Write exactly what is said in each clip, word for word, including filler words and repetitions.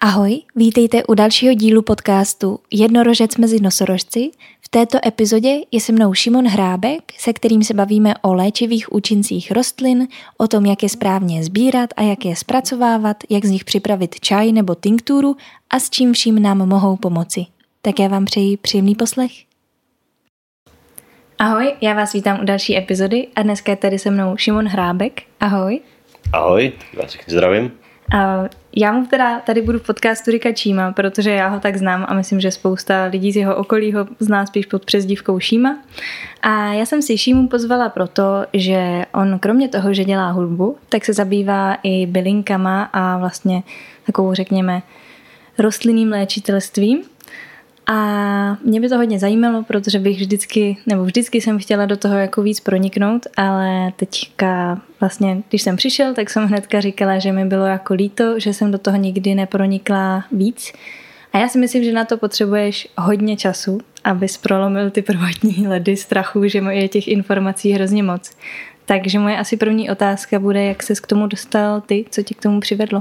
Ahoj, vítejte u dalšího dílu podcastu Jednorožec mezi nosorožci. V této epizodě je se mnou Šimon Hrábek, se kterým se bavíme o léčivých účincích rostlin, o tom, jak je správně sbírat a jak je zpracovávat, jak z nich připravit čaj nebo tinkturu a s čím vším nám mohou pomoci. Tak já vám přeji příjemný poslech. Ahoj, já vás vítám u další epizody a dneska je tady se mnou Šimon Hrábek. Ahoj. Ahoj, vás všechny zdravím. Uh, já mu teda tady budu v podcastu říkat Šíma, protože já ho tak znám a myslím, že spousta lidí z jeho okolí ho zná spíš pod přezdívkou Šíma. A já jsem si Šímu pozvala proto, že on kromě toho, že dělá hudbu, tak se zabývá i bylinkama a vlastně takovou, řekněme, rostlinným léčitelstvím. A mě by to hodně zajímalo, protože bych vždycky, nebo vždycky jsem chtěla do toho jako víc proniknout, ale teďka vlastně, když jsem přišel, tak jsem hnedka říkala, že mi bylo jako líto, že jsem do toho nikdy nepronikla víc. A já si myslím, že na to potřebuješ hodně času, abys prolomil ty prvotní ledy strachu, že je těch informací hrozně moc. Takže moje asi první otázka bude, jak ses k tomu dostal ty, co tě k tomu přivedlo?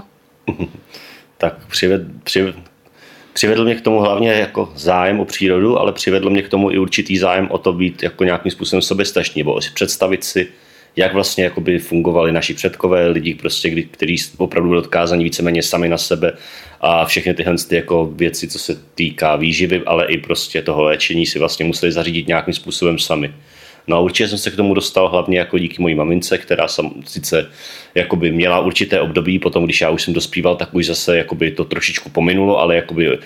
Tak přived... přived... Přivedl mě k tomu hlavně jako zájem o přírodu, ale přivedl mě k tomu i určitý zájem o to být jako nějakým způsobem soběstačný, nebo si představit si, jak vlastně jakoby fungovali naši předkové, lidi, prostě, kteří opravdu byli odkázaní víceméně sami na sebe a všechny tyhle ty jako věci, co se týká výživy, ale i prostě toho léčení, si vlastně museli zařídit nějakým způsobem sami. No a určitě jsem se k tomu dostal hlavně jako díky mojí mamince, která sam, sice jakoby měla určité období, potom když já už jsem dospíval, tak už zase jakoby to trošičku pominulo, ale jakoby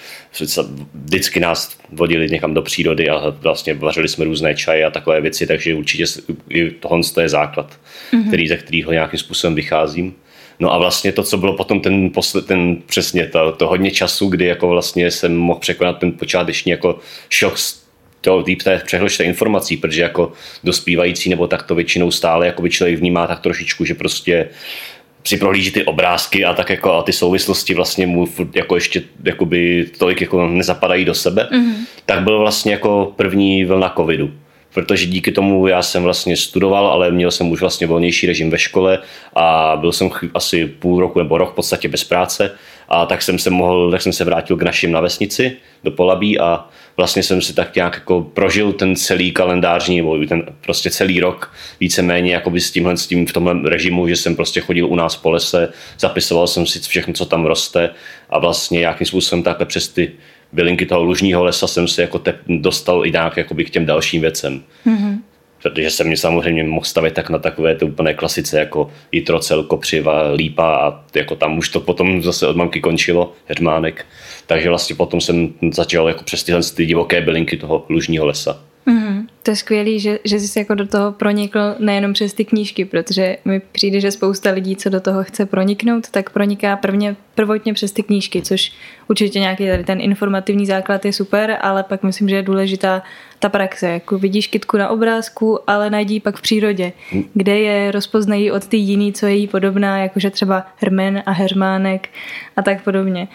vždycky nás vodili někam do přírody a vlastně vařili jsme různé čaje a takové věci, takže určitě tohle je základ, mm-hmm. který, ze kterého nějakým způsobem vycházím. No a vlastně to, co bylo potom ten, posled, ten přesně to, to hodně času, kdy jako vlastně jsem mohl překonat ten počáteční jako šok to té přehložité informací, protože jako dospívající nebo tak to většinou stále jako člověk vnímá tak trošičku, že prostě si prohlíží ty obrázky a tak jako a ty souvislosti vlastně mu jako ještě jakoby tolik jako nezapadají do sebe, mm-hmm. tak byl vlastně jako první vlna covidu. Protože díky tomu já jsem vlastně studoval, ale měl jsem už vlastně volnější režim ve škole a byl jsem asi půl roku nebo rok v podstatě bez práce a tak jsem se mohl, tak jsem se vrátil k našim na vesnici do Polabí a vlastně jsem si tak nějak jako prožil ten celý kalendářní nebo ten prostě celý rok víceméně jakoby s tímhle s tím v tomhle režimu, že jsem prostě chodil u nás po lese, zapisoval jsem si všechno, co tam roste a vlastně nějakým způsobem takhle přes ty bylinky toho lužního lesa jsem se jako te- dostal i nějak jakoby k těm dalším věcem. Mm-hmm. Protože jsem mě samozřejmě mohl stavit tak na takové ty úplné klasice jako jitrocel, kopřiva, lípa a jako tam už to potom zase od mamky končilo, hermánek. Takže vlastně potom jsem začal jako přes tyhle ty divoké bylinky toho lužního lesa. Mm-hmm. To je skvělý, že, že jsi jako do toho pronikl nejenom přes ty knížky, protože mi přijde, že spousta lidí, co do toho chce proniknout, tak proniká prvně, prvotně přes ty knížky, což určitě nějaký tady ten informativní základ je super, ale pak myslím, že je důležitá ta praxe. Jako vidíš kytku na obrázku, ale najdi ji pak v přírodě, kde je rozpoznají od ty jiný, co je jí podobná, jakože třeba hrmen a hermánek a tak podobně.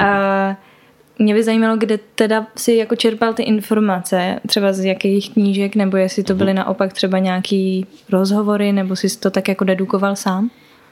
A mě by zajímalo, kde teda si jako čerpal ty informace, třeba z jakých knížek, nebo jestli to byly naopak třeba nějaký rozhovory, nebo jsi to tak jako dedukoval sám?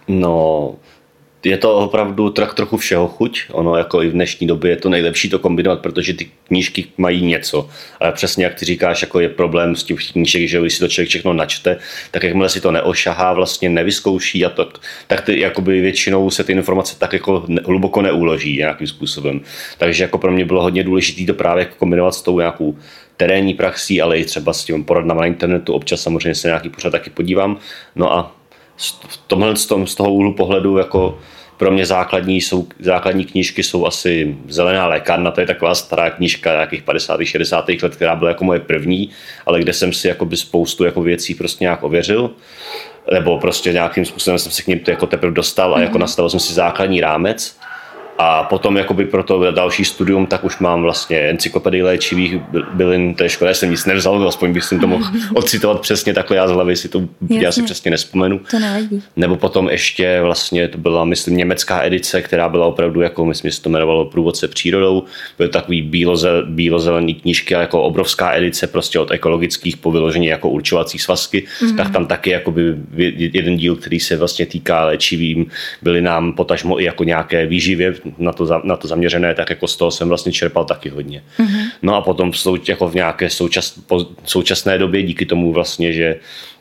No, je to opravdu tak trochu všeho chuť. Ono jako i v dnešní době je to nejlepší to kombinovat, protože ty knížky mají něco. Ale přesně jak ty říkáš, jako je problém s tím knížek, že když si to člověk všechno načte, tak jakmile si to neošahá, vlastně nevyzkouší a to, tak ty, jakoby většinou se ty informace tak jako hluboko neuloží nějakým způsobem. Takže jako pro mě bylo hodně důležité to právě kombinovat s tou nějakou terénní praxí, ale i třeba s tím poradnama na internetu. Občas samozřejmě se nějaký pořád taky podívám. No a v tomhle z toho úhlu pohledu jako pro mě základní, jsou, základní knížky jsou asi Zelená lékárna, to je taková stará knížka nějakých padesátých šedesátých let, která byla jako moje první, ale kde jsem si jakoby spoustu jako věcí prostě nějak ověřil, nebo prostě nějakým způsobem jsem se k ním jako teprve dostal a jako nastavil jsem si základní rámec. A potom jakoby pro to další studium, tak už mám vlastně encyklopedii léčivých bylin, to je škoda, jsem nic nevzal, aspoň bych si to mohl odcitovat přesně takhle, já z hlavy si to Jasně. já si přesně nespomenu. To nevadí. Nebo potom ještě vlastně to byla, myslím, německá edice, která byla opravdu jako, myslím, že se to jmenovalo Průvodce přírodou, byly takový bíloze, bílozelený knížky a jako obrovská edice prostě od ekologických po vyložení jako určovací svazky, mm-hmm. tak tam taky jakoby jeden díl, který se vlastně týká léčivým bylinám, potažmo i jako nějaké výživě, na to, na to zaměřené, tak jako z toho jsem vlastně čerpal taky hodně. Mm-hmm. No a potom v, sou, jako v nějaké součas, po, současné době díky tomu vlastně, že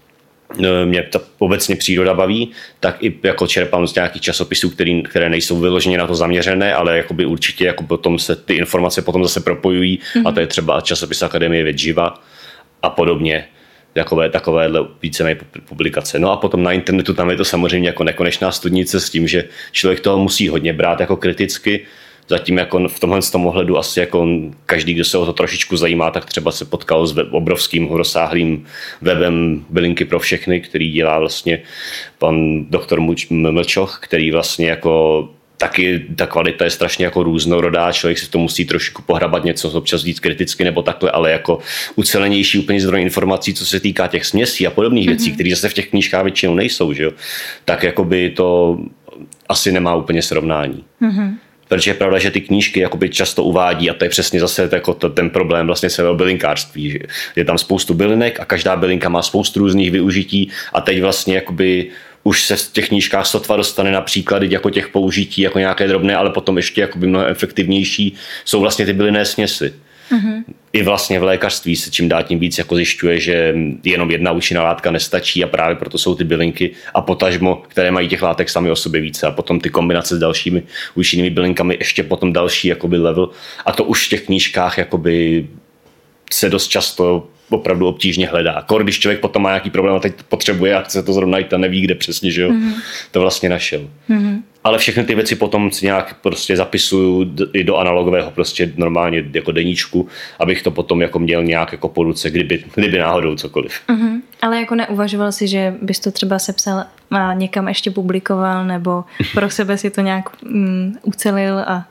mě ta obecně příroda baví, tak i jako čerpám z nějakých časopisů, který, které nejsou vyloženě na to zaměřené, ale jakoby určitě jako potom se ty informace potom zase propojují mm-hmm. a to je třeba časopis Akademie věd živa a podobně. Takové, takovéhle víceméně publikace. No a potom na internetu tam je to samozřejmě jako nekonečná studnice s tím, že člověk toho musí hodně brát jako kriticky. Zatím jako v tomhle z tom ohledu asi jako každý, kdo se o to trošičku zajímá, tak třeba se potkal s web, obrovským rozsáhlým webem Bylinky pro všechny, který dělá vlastně pan doktor Mlčoch, který vlastně jako taky ta kvalita je strašně jako různorodá, člověk si v tom musí trošku pohrabat něco, občas víc kriticky nebo takhle, ale jako ucelenější úplně zdroj informací, co se týká těch směsí a podobných mm-hmm. věcí, které zase v těch knížkách většinou nejsou, že jo? Tak jakoby to asi nemá úplně srovnání. Mm-hmm. Protože je pravda, že ty knížky jakoby často uvádí, a to je přesně zase jako to, ten problém vlastně celého bylinkářství, že je tam spoustu bylinek a každá bylinka má spoustu různých využití a teď vlastně jakoby už se v těch knížkách sotva dostane na příklady jako těch použití, jako nějaké drobné, ale potom ještě jakoby mnohem efektivnější jsou vlastně ty bylinné směsi. Mm-hmm. I vlastně v lékařství se čím dál tím víc jako zjišťuje, že jenom jedna účinná látka nestačí a právě proto jsou ty bylinky a potažmo, které mají těch látek sami o sobě více a potom ty kombinace s dalšími účinnými bylinkami ještě potom další jakoby level a to už v těch knížkách jakoby se dost často opravdu obtížně hledá. Kor, když člověk potom má nějaký problém a teď potřebuje a chce to zrovna najít a neví, kde přesně, že jo, mm-hmm. to vlastně našel. Mm-hmm. Ale všechny ty věci potom si nějak prostě zapisuju i do analogového prostě normálně jako deníčku, abych to potom jako měl nějak jako po ruce, kdyby, kdyby náhodou cokoliv. Mm-hmm. Ale jako neuvažoval si, že bys to třeba sepsal a někam ještě publikoval nebo pro sebe si to nějak mm, ucelil a...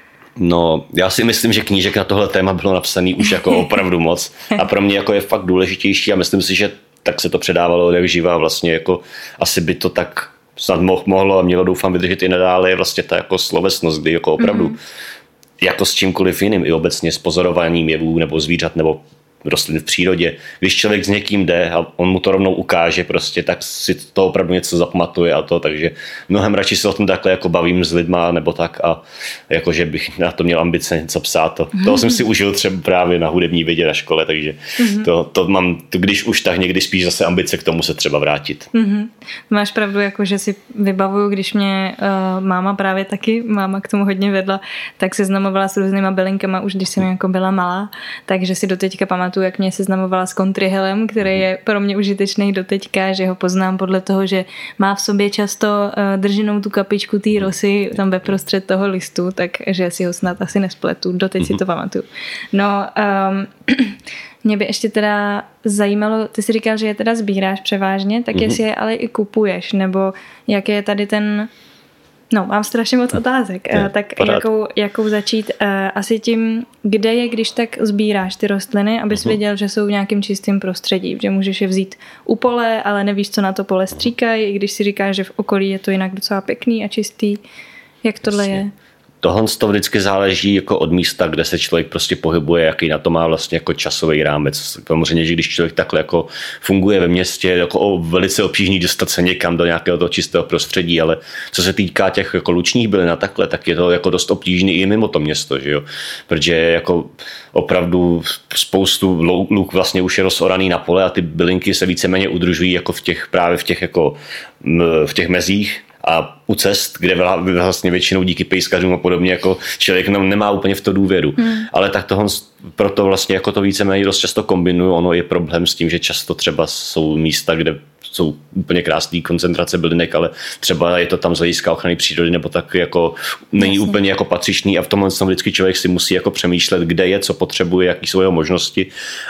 No, já si myslím, že knížek na tohle téma bylo napsaný už jako opravdu moc a pro mě jako je fakt důležitější a myslím si, že tak se to předávalo jak živa vlastně jako asi by to tak snad mohlo a mělo doufám vydržet i nadále je vlastně ta jako slovesnost, kdy jako opravdu mm-hmm. jako s čímkoliv jiným i obecně s pozorováním jevů nebo zvířat nebo rostlin v přírodě. Když člověk s někým jde a on mu to rovnou ukáže prostě, tak si to opravdu něco zapamatuje a to, takže mnohem radši se o tom takhle jako bavím s lidma nebo tak a jakože bych na to měl ambice něco psát. To, mm-hmm. Toho jsem si užil třeba právě na hudební vědě na škole, takže mm-hmm. to, to mám, to když už tak někdy spíš zase ambice k tomu se třeba vrátit. Mm-hmm. Máš pravdu, jako že si vybavuju, když mě uh, máma právě taky, máma k tomu hodně vedla, tak seznamovala s různýma bylinkama už když jsem jako byla malá, takže si doteďka pamatuju, jak mě seznamovala s kontrihelem, který je pro mě užitečný doteďka, že ho poznám podle toho, že má v sobě často uh, drženou tu kapičku té rosy tam ve prostřed toho listu, takže si ho snad asi nespletu, doteď si to pamatuju. No, um, mě by ještě teda zajímalo, ty jsi říkal, že je teda sbíráš převážně, tak mm-hmm. jestli je ale i kupuješ, nebo jak je tady ten... No, mám strašně moc otázek, je, tak jakou, jakou začít? Asi tím, kde je, když tak sbíráš ty rostliny, abys uh-huh. věděl, že jsou v nějakém čistém prostředí, že můžeš je vzít u pole, ale nevíš, co na to pole stříkají, i když si říkáš, že v okolí je to jinak docela pěkný a čistý. Jak tohle Jasně. je? Tohle to vždycky záleží jako od místa, kde se člověk prostě pohybuje, jaký na to má vlastně jako časový rámec. Samozřejmě, že když člověk takhle jako funguje ve městě, jako velice obtížný dostat se někam do nějakého toho čistého prostředí, ale co se týká těch jako lučních bylin a takhle, tak je to jako dost obtížný i mimo to město, že jo? Protože jako opravdu spoustu luk vlastně už je rozoraný na pole a ty bylinky se víceméně udržují jako v těch právě v těch jako v těch mezích a u cest, kde vlastně většinou díky pejskařům a podobně jako člověk nemá úplně v to důvěru. Hmm. Ale tak toho, proto vlastně jako to víceméně dost často kombinuju. Ono je problém s tím, že často třeba jsou místa, kde jsou úplně krásné koncentrace bylinek, ale třeba je to tam z hlediska ochrany přírody nebo tak jako není Jasně. úplně jako patřičný a v tomhle tom vždycky člověk si musí jako přemýšlet, kde je, co potřebuje, jaký jsou jeho možnosti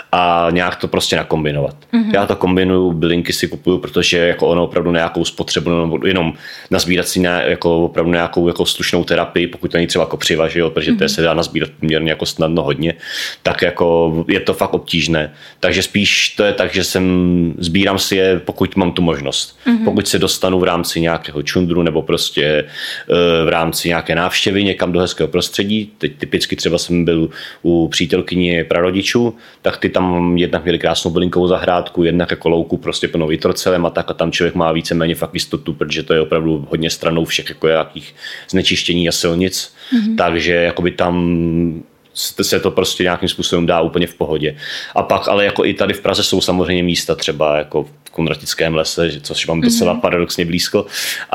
a nějak to prostě nakombinovat. Mm-hmm. Já to kombinuju, bylinky si kupuju, protože jako ono opravdu nějakou spotřebu nebo jenom nazbírat si na, jako opravdu nějakou jako slušnou terapii, pokud to není třeba kopřiva, že jo, protože mm-hmm. to se dá nazbírat poměrně jako snadno hodně, tak jako je to fakt obtížné. Takže spíš to je tak, že jsem sbírám si je, pokud pokud mám tu možnost. Mm-hmm. Pokud se dostanu v rámci nějakého čundru nebo prostě v rámci nějaké návštěvy někam do hezkého prostředí, teď typicky třeba jsem byl u přítelkyně prarodičů, tak ty tam jednak měli krásnou bylinkovou zahrádku, jednak jako louku prostě plnou vitrocelem a tak a tam člověk má víceméně fakt jistotu, protože to je opravdu hodně stranou všech jako nějakých znečištění a silnic, mm-hmm. takže jakoby tam se to prostě nějakým způsobem dá úplně v pohodě. A pak ale jako i tady v Praze jsou samozřejmě místa třeba jako v Kunratickém lese, což mám docela mm-hmm. paradoxně blízko,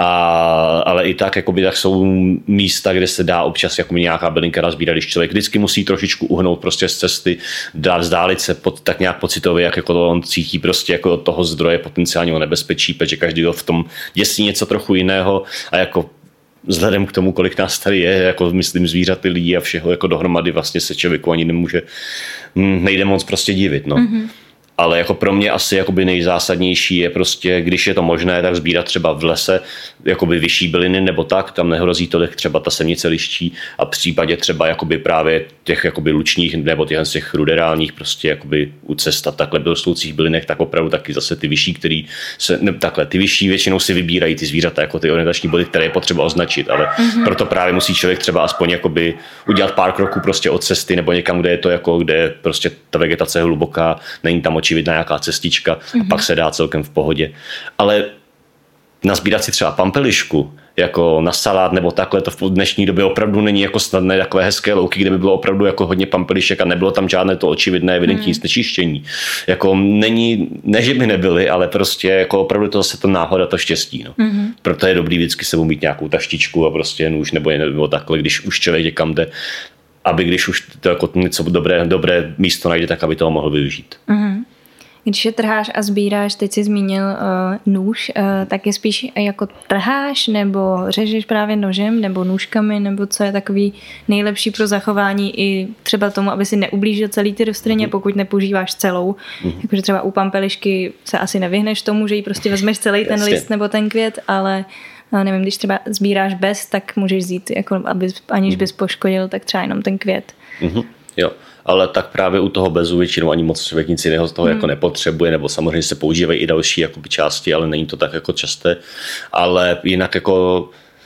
a, ale i tak, jakoby, tak jsou místa, kde se dá občas jako nějaká bylinka nazbírat, když člověk vždycky musí trošičku uhnout prostě z cesty, dát vzdálit se pod, tak nějak pocitově, jak jako on cítí prostě jako od toho zdroje potenciálního nebezpečí, protože každý v tom děsí něco trochu jiného a jako vzhledem k tomu, kolik nás tady je, jako myslím zvířaty, lidí a všeho jako dohromady vlastně se člověku ani nemůže, nejde moc prostě divit, no. Mm-hmm. Ale jako pro mě asi jakoby nejzásadnější je prostě, když je to možné, tak sbírat třeba v lese jakoby vyšší byliny nebo tak, tam nehrozí tolik třeba ta semnice liščí a v případě třeba jakoby právě těch jakoby lučních nebo těch, těch ruderálních prostě jakoby u cest a takhle rostoucích bylinek, tak opravdu taky zase ty vyšší, který se, ne, takhle, ty vyšší většinou si vybírají ty zvířata jako ty orientační body, které je potřeba označit, ale mm-hmm. proto právě musí člověk třeba aspoň jakoby udělat pár kroků prostě od cesty nebo někam, kde je to jako, kde prostě ta vegetace je hluboká, není tam očividná nějaká cestička mm-hmm. a pak se dá celkem v pohodě. Ale nazbírat si třeba pampelišku jako na salát nebo takhle, to v dnešní době opravdu není jako snadné, takové hezké louky, kde by bylo opravdu jako hodně pampelišek a nebylo tam žádné to očividné evidentní mm. znečištění. Jako není, ne, že by nebyly, ale prostě jako opravdu to zase to náhoda, to štěstí. No. Mm-hmm. Proto je dobrý vždycky sebou mít nějakou taštičku a prostě nůž nebo, nebo takhle, když už člověk někam jde, aby když už to jako něco dobré, dobré místo najde, tak aby toho mohl využít. Mm-hmm. Když je trháš a sbíráš, teď jsi zmínil uh, nůž, uh, tak je spíš jako trháš nebo řežeš právě nožem nebo nůžkami, nebo co je takový nejlepší pro zachování i třeba tomu, aby si neublížil celý ty rostlině, mm. pokud nepoužíváš celou. Mm. Jakože třeba u pampelišky se asi nevyhneš tomu, že ji prostě vezmeš celý ten Jasně. list nebo ten květ, ale no, nevím, když třeba sbíráš bez, tak můžeš vzít, jako aby, aniž bys poškodil, tak třeba jenom ten květ. Mm-hmm. Jo. Ale tak právě u toho bezu většinou ani moc člověk nic jiného z toho hmm. jako nepotřebuje, nebo samozřejmě se používají i další jakoby části, ale není to tak jako časté. Ale jinak jako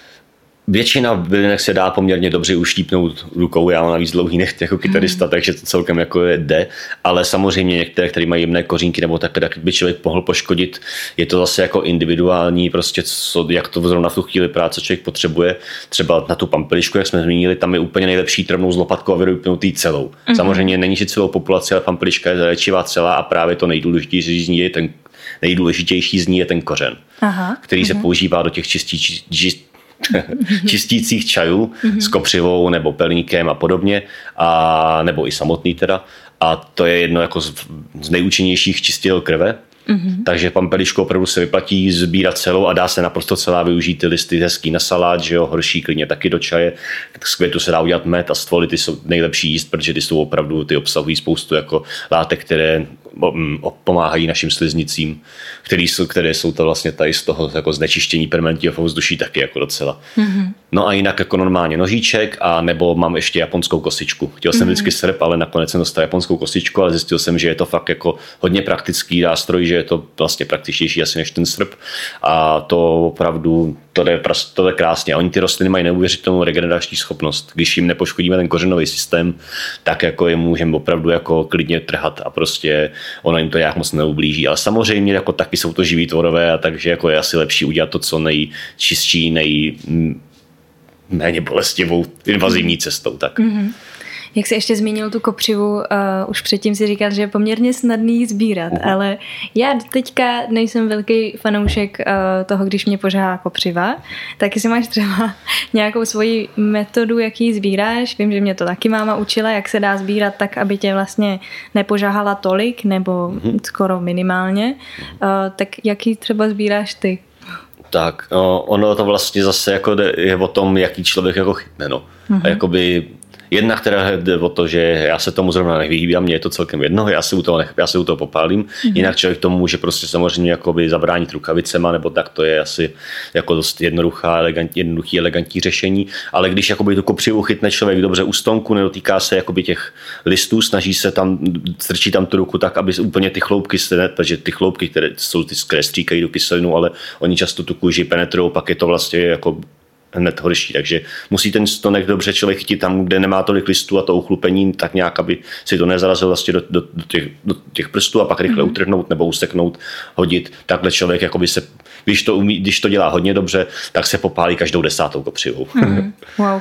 většina bylinek se dá poměrně dobře uštípnout rukou, já mám navíc dlouhý necht jako kytarista, hmm. takže to celkem jako jde, ale samozřejmě některé, které mají jemné kořínky nebo tak, tak by člověk mohl poškodit, je to zase jako individuální, prostě co, jak to zrovna v tu chvíli práce člověk potřebuje, třeba na tu pampelišku, jak jsme zmínili, tam je úplně nejlepší trvnou z lopatkou a vyroupnout jí celou. Hmm. Samozřejmě není si celou populaci, ale pampeliška je léčivá celá a právě to nejdůležitější z ní je ten, nejdůležitější z ní je ten kořen, Aha. který uh-huh. se používá do těch čistí, čistí čistících čajů mm-hmm. s kopřivou nebo pelníkem a podobně, a, nebo i samotný teda. A to je jedno jako z, z nejúčinnějších čistil krve. Mm-hmm. Takže pampelišku opravdu se vyplatí sbírat celou a dá se naprosto celá využít ty listy hezký na salát, že jo, horší klidně taky do čaje. Z květu se dá udělat med a stvoly, ty jsou nejlepší jíst, protože ty jsou opravdu, ty obsahují spoustu jako látek, které pomáhají našim sliznicím, které jsou, které jsou to vlastně tady z toho jako znečištění permanentního ovzduší taky jako docela. Mm-hmm. No a jinak jako normálně nožíček a nebo mám ještě japonskou kostičku. Chtěl jsem mm-hmm. vždycky srp, ale nakonec jsem dostal japonskou kostičku, ale zjistil jsem, že je to fakt jako hodně praktický nástroj, že je to vlastně praktičtější asi než ten srp a to opravdu to jde, to jde krásně. A oni ty rostliny mají neuvěřitelnou regenerační schopnost. Když jim nepoškodíme ten kořenový systém, tak jako je můžeme opravdu jako klidně trhat a prostě ono jim to nějak moc neublíží. Ale samozřejmě jako taky jsou to živí tvorové a takže jako je asi lepší udělat to co nejčistší, nej méně bolestivou invazivní cestou. Tak. Mm-hmm. Jak jsi ještě zmínil tu kopřivu, uh, už předtím si říkal, že je poměrně snadný sbírat, uh-huh. ale já teďka nejsem velký fanoušek uh, toho, když mě požáhá kopřiva, tak jestli máš třeba nějakou svoji metodu, jak ji sbíráš, vím, že mě to taky máma učila, jak se dá sbírat tak, aby tě vlastně nepožáhala tolik, nebo uh-huh. skoro minimálně, uh, tak jak ji třeba sbíráš ty? Tak, no, ono to vlastně zase jako je o tom, jaký člověk jako chytne, no. Uh-huh. A jakoby Jednak teda jde o to, že já se tomu zrovna nevyhýbám, mě je to celkem jedno, já se u toho, nech, já se u toho popálím. Mm-hmm. Jinak člověk tomu může prostě samozřejmě jakoby zabránit rukavicema, nebo tak to je asi jako dost jednoduchá, elegant, jednoduchý, elegantní řešení. Ale když jakoby tu kopřivu chytne člověk dobře u stonku, nedotýká se jakoby těch listů, snaží se tam, strčí tam tu ruku tak, aby úplně ty chloupky se, protože ty chloupky, které jsou ty, které stříkají do kyselinu, ale oni často tu kůži penetrují, pak je to vlastně jako hned horší, takže musí ten stonek dobře člověk chytit tam, kde nemá tolik listů a to uchlupení, tak nějak, aby si to nezarazil vlastně do, do, do, těch, do těch prstů a pak rychle mm-hmm. utrhnout nebo useknout, hodit. Takhle člověk, jakoby se, když, to umí, když to dělá hodně dobře, tak se popálí každou desátou kopřivou. Mm-hmm. Wow.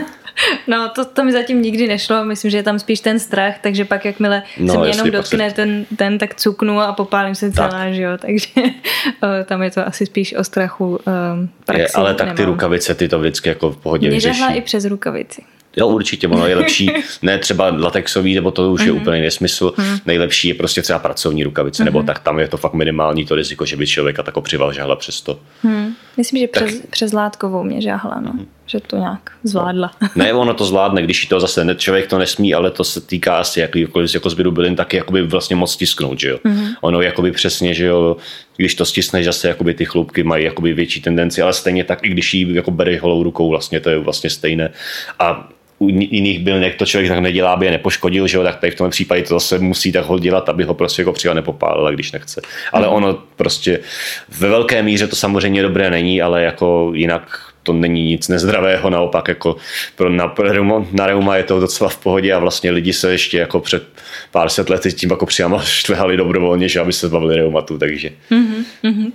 No, to, to mi zatím nikdy nešlo, myslím, že je tam spíš ten strach, takže pak jakmile no, se mě jenom dotkne se... ten, ten, tak cuknu a popálím se celá, tak. Že jo, takže tam je to asi spíš o strachu um, praxi. Je, ale tak nemám. Ty rukavice, ty to vždycky jako v pohodě mě vyřeší. Mě i přes rukavici. Jo, určitě, ono je lepší, ne třeba latexový, nebo to už mm-hmm. je úplně nesmysl. Mm-hmm. Nejlepší je prostě třeba pracovní rukavice, mm-hmm. nebo tak tam je to fakt minimální to riziko, že by člověka tako přival žahla přes to. Mm. Myslím, že tak... přes, přes látkovou mě žahla, no. Mm-hmm. Že to nějak zvládla. No. Ne, ono to zvládne, když to zase ne, člověk to nesmí, ale to se týká asi jakýkoliv jako zbyru bylin, taky jakoby vlastně moc stisknout, že jo. Mm-hmm. Ono jakoby přesně, že jo, když to stisneš, zase jakoby ty chloupky mají jakoby větší tendenci, ale stejně tak, i když ji jako bereš holou rukou, vlastně to je vlastně stejné. A u jiných bylinek to člověk tak nedělá, aby je nepoškodil, že jo, tak tady v tom případě to zase musí tak ho dělat, aby ho prostě jako přijal nepopálil, když nechce. Ale mm. ono prostě ve velké míře to samozřejmě dobré není, ale jako jinak to není nic nezdravého, naopak jako pro na, na reuma je to docela v pohodě a vlastně lidi se ještě jako před pár set lety tím jako přijama štvehali dobrovolně, že aby se zbavili reumatu, takže mm-hmm.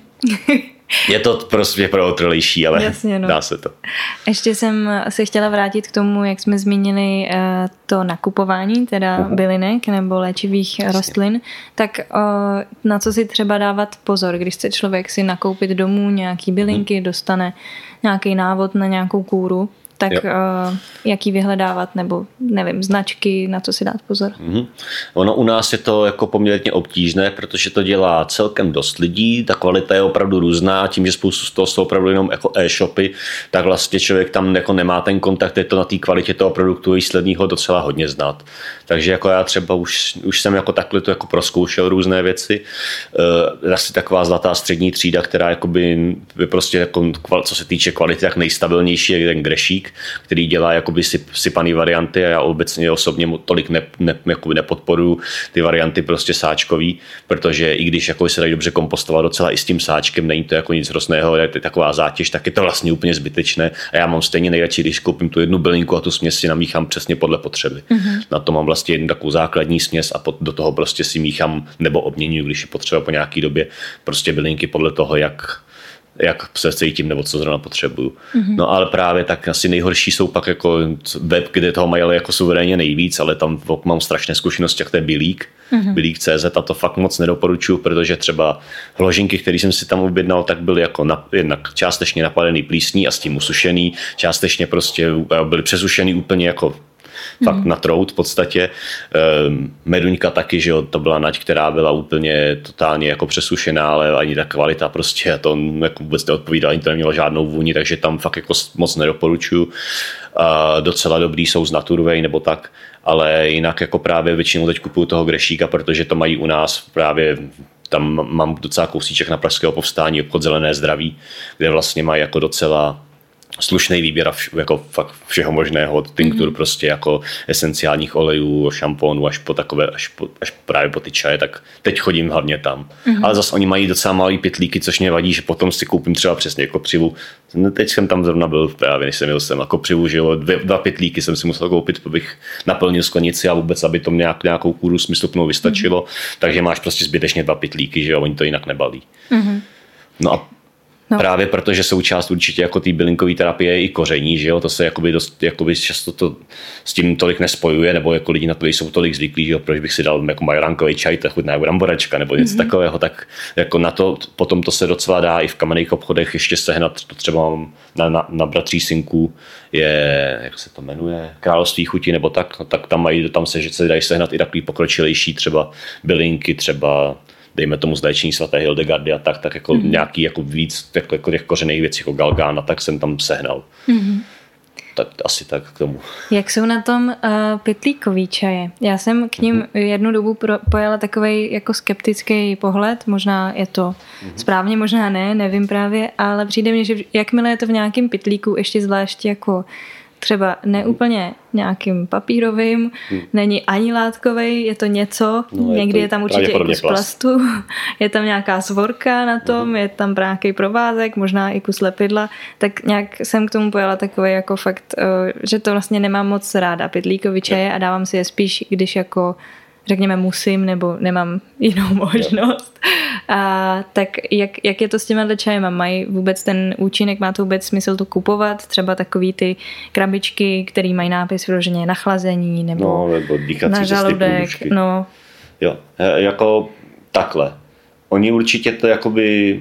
Je to prostě pro otrlejší, ale jasně, no. Dá se to. Ještě jsem se chtěla vrátit k tomu, jak jsme zmínili to nakupování, teda uh-huh. bylinek nebo léčivých jasně. rostlin. Tak na co si třeba dávat pozor, když chce člověk si nakoupit domů nějaký bylinky, uh-huh. dostane nějaký návod na nějakou kůru, tak uh, jaký vyhledávat, nebo nevím, značky, na co si dát pozor? Mm-hmm. Ono u nás je to jako poměrně obtížné, protože to dělá celkem dost lidí, ta kvalita je opravdu různá, tím, že spoustu z toho jsou opravdu jenom jako e-shopy, tak vlastně člověk tam jako nemá ten kontakt, je to na té kvalitě toho produktu výsledního docela hodně znát. Takže jako já třeba už, už jsem jako takhle to jako prozkoušel různé věci. Uh, asi taková zlatá střední třída, která jakoby je prostě jako, co se týče kvality, tak nejstabilnější je ten Grešík, který dělá jakoby sypaný varianty a já obecně osobně tolik ne, ne, jako nepodporuji ty varianty prostě sáčkový, protože i když jako se dají dobře kompostovat docela i s tím sáčkem, není to jako nic hrozného, je to taková zátěž, tak je to vlastně úplně zbytečné a já mám stejně nejradši, když koupím tu jednu bylinku a tu směs si namíchám přesně podle potřeby. Mm-hmm. Na to mám vlastně jednu takovou základní směs a do toho prostě si míchám nebo obměňuji, když je potřeba po nějaký době prostě bylinky podle toho, jak jak se cítím nebo co zrovna potřebuju. Mm-hmm. No ale právě tak asi nejhorší jsou pak jako web, kde toho mají ale jako suverénně nejvíc, ale tam mám strašné zkušenosti, jak to je Bilík, mm-hmm. Bilík tečka cé zet a to fakt moc nedoporučuju, protože třeba hložinky, které jsem si tam objednal, tak byly jako na, jednak částečně napadený plísní a s tím usušený, částečně prostě byly přesušený úplně jako fakt mm. na trout v podstatě. Meduňka taky, že jo, to byla nať, která byla úplně totálně jako přesušená, ale ani ta kvalita prostě a to jako vůbec neodpovídala, ani to nemělo žádnou vůni, takže tam fakt jako moc nedoporučuju. A docela dobrý jsou z Naturway nebo tak, ale jinak jako právě většinou teď kupuju toho Grešíka, protože to mají u nás právě tam mám docela kousíček na Pražského povstání, obchod Zelené zdraví, kde vlastně mají jako docela slušný výběr jako fakt všeho možného, od tinktur mm-hmm. prostě jako esenciálních olejů, šampónů až po takové, až, po, až právě po ty čaje, tak teď chodím hlavně tam. Mm-hmm. Ale zase oni mají docela malý pytlíky, což mě vadí, že potom si koupím třeba přesně kopřivu. Teď jsem tam zrovna byl právě, než jsem jel sem a kopřivu, že jo, dvě, dva pytlíky jsem si musel koupit, abych naplnil sklenici a vůbec, aby to nějak, nějakou kůru smysluplnou vystačilo. Mm-hmm. Takže máš prostě zbytečně dva pytlíky, že jo, oni to jinak nebalí. Mm-hmm. No a No. Právě protože součást určitě jako té bylinkové terapie je i koření, že jo, to se jakoby dost, jakoby často to s tím tolik nespojuje, nebo jako lidi na to jsou tolik zvyklí, že jo, proč bych si dal jako majoránkový čaj, to chutná jako bramboračka nebo něco mm-hmm. takového, tak jako na to, potom to se docela dá i v kamenných obchodech ještě sehnat, to třeba na, na, na Bratří Synků je, jak se to jmenuje, Království chuti nebo tak, no, tak tam mají, tam se, že se dají sehnat i takový pokročilejší třeba bylinky, třeba dejme tomu z léčení svaté Hildegardy a tak, tak jako mm-hmm. nějaký jako víc jako, jako těch kořených věcí, jako galgán a tak jsem tam sehnal. Mm-hmm. tak asi tak k tomu. Jak jsou na tom uh, pytlíkový čaje? Já jsem k ním mm-hmm. jednu dobu pro, pojala takovej jako skeptický pohled, možná je to mm-hmm. správně, možná ne, nevím právě, ale přijde mně, že jakmile je to v nějakém pytlíku, ještě zvlášť jako třeba neúplně nějakým papírovým, hmm. není ani látkovej, je to něco, no, je někdy to je tam určitě i kus plast. plastu, je tam nějaká svorka na tom, hmm. je tam nějaký provázek, možná i kus lepidla, tak nějak jsem k tomu pojala takový jako fakt, že to vlastně nemám moc ráda, pytlíkový čaje a dávám si je spíš, když jako řekněme musím, nebo nemám jinou možnost. A tak jak, jak je to s těma čajema? Mají vůbec ten účinek, má to vůbec smysl to kupovat? Třeba takový ty krabičky, které mají nápis vyloženě na chlazení, nebo, no, nebo na žaludek. No. Jo, jako takhle. Oni určitě to jakoby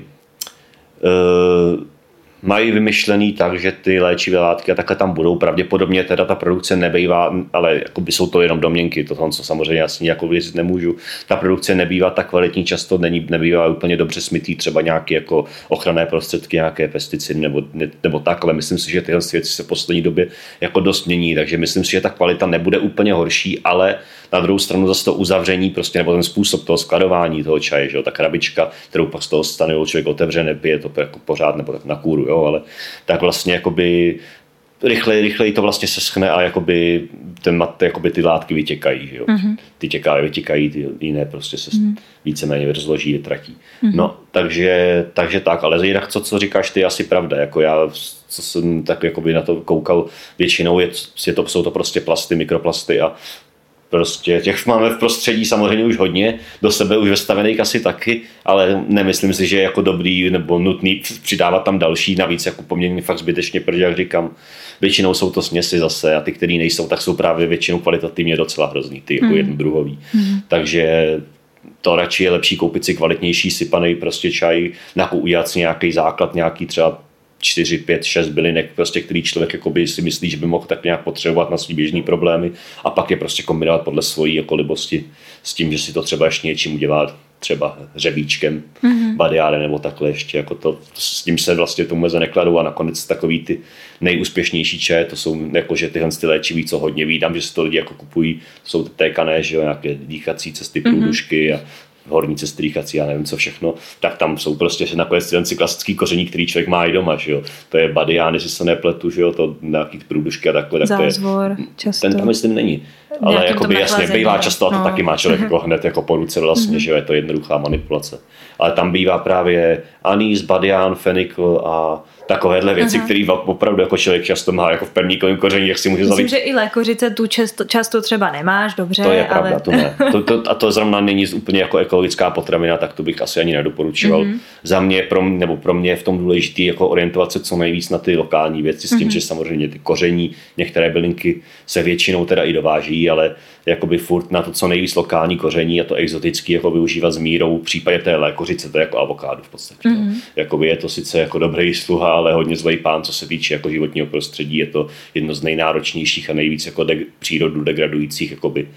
uh, mají vymyšlený tak, že ty léčivé látky a takhle tam budou. Pravděpodobně teda ta produkce nebývá, ale jakoby jsou to jenom domněnky, to co samozřejmě jasně jako věřit nemůžu. Ta produkce nebývá tak kvalitní, často není, nebývá úplně dobře smytý, třeba nějaké jako ochranné prostředky, nějaké pesticidy nebo, nebo takhle. Myslím si, že tyhle věci se v poslední době jako dost mění, takže myslím si, že ta kvalita nebude úplně horší, ale na druhou stranu zase to uzavření prostě, nebo ten způsob toho skladování toho čaje, že jo, ta krabička, kterou pak z toho stane člověk otevře, nepije to jako pořád nebo tak na kůru, jo, ale tak vlastně jakoby rychleji, rychleji to vlastně se schne a jakoby, ten mat, jakoby ty látky vytěkají, že jo. Mm-hmm. Ty těkají, vytěkají, ty jiné prostě se mm-hmm. víceméně rozloží, vytratí. Mm-hmm. No, takže, takže tak, ale jinak co, co říkáš ty, je asi pravda, jako já co jsem tak jakoby na to koukal, většinou je, je to, jsou to prostě plasty, mikroplasty a prostě těch máme v prostředí samozřejmě už hodně, do sebe už vestavených asi taky, ale nemyslím si, že je jako dobrý nebo nutný přidávat tam další, navíc jako poměrně fakt zbytečně, protože jak říkám, většinou jsou to směsi zase a ty, který nejsou, tak jsou právě většinou kvalitativně docela hrozný, ty jako mm. jednodruhový. Mm. Takže to radši je lepší koupit si kvalitnější sypaný prostě čaj, udělat si nějaký základ, nějaký třeba čtyři, pět, šest bylinek, prostě, který člověk jakoby si myslí, že by mohl tak nějak potřebovat na svý běžný problémy a pak je prostě kombinovat podle svojí jako libosti s tím, že si to třeba ještě něčím udělá, třeba řebíčkem, mm-hmm. badiáre nebo takhle ještě, jako to, s tím se vlastně tomu meze nekladou a nakonec takový ty nejúspěšnější čaje, to jsou jakože tyhle ty léčivý, co hodně vídám, že si to lidi jako kupují, to jsou ty tékané, že jo, nějaké dýchací cesty, průdušky mm-hmm. a horní cesty dýchací, já nevím co všechno, tak tam jsou prostě nakonec ty klasický koření, který člověk má i doma, že jo. To je badián, jestli se nepletu, že jo, to nějaký průdušky a takhle. Tak Zázvor, často. Ten tam myslím není. Ale jakoby jasně bývá často a to no. taky má člověk jako hned jako po ruce vlastně, mm-hmm. že jo, je to jednoduchá manipulace. Ale tam bývá právě anýs, badián, fenikl a takovéhle věci, které opravdu jako člověk často má jako v perníkovém koření, jak si může zalít. Myslím, že i lékořice tu často, často třeba nemáš, dobře. To je pravda, ale... to ne. To, to, a to zrovna není úplně jako ekologická potravina, tak to bych asi ani nedoporučoval. Mm-hmm. Za mě, pro, nebo pro mě je v tom důležitý jako orientovat se co nejvíc na ty lokální věci, s tím, mm-hmm. že samozřejmě ty koření, některé bylinky se většinou teda i dováží, ale jakoby furt na to co nejvíc lokální koření a to exotický jako využívat s mírou, v případě té lékořice, to je jako avokádo v podstatě. Mm-hmm. Jakoby je to sice jako dobrý sluha, ale hodně zlej pán, co se týče jako životního prostředí, je to jedno z nejnáročnějších a nejvíc jako de- přírodu degradujících jakoby,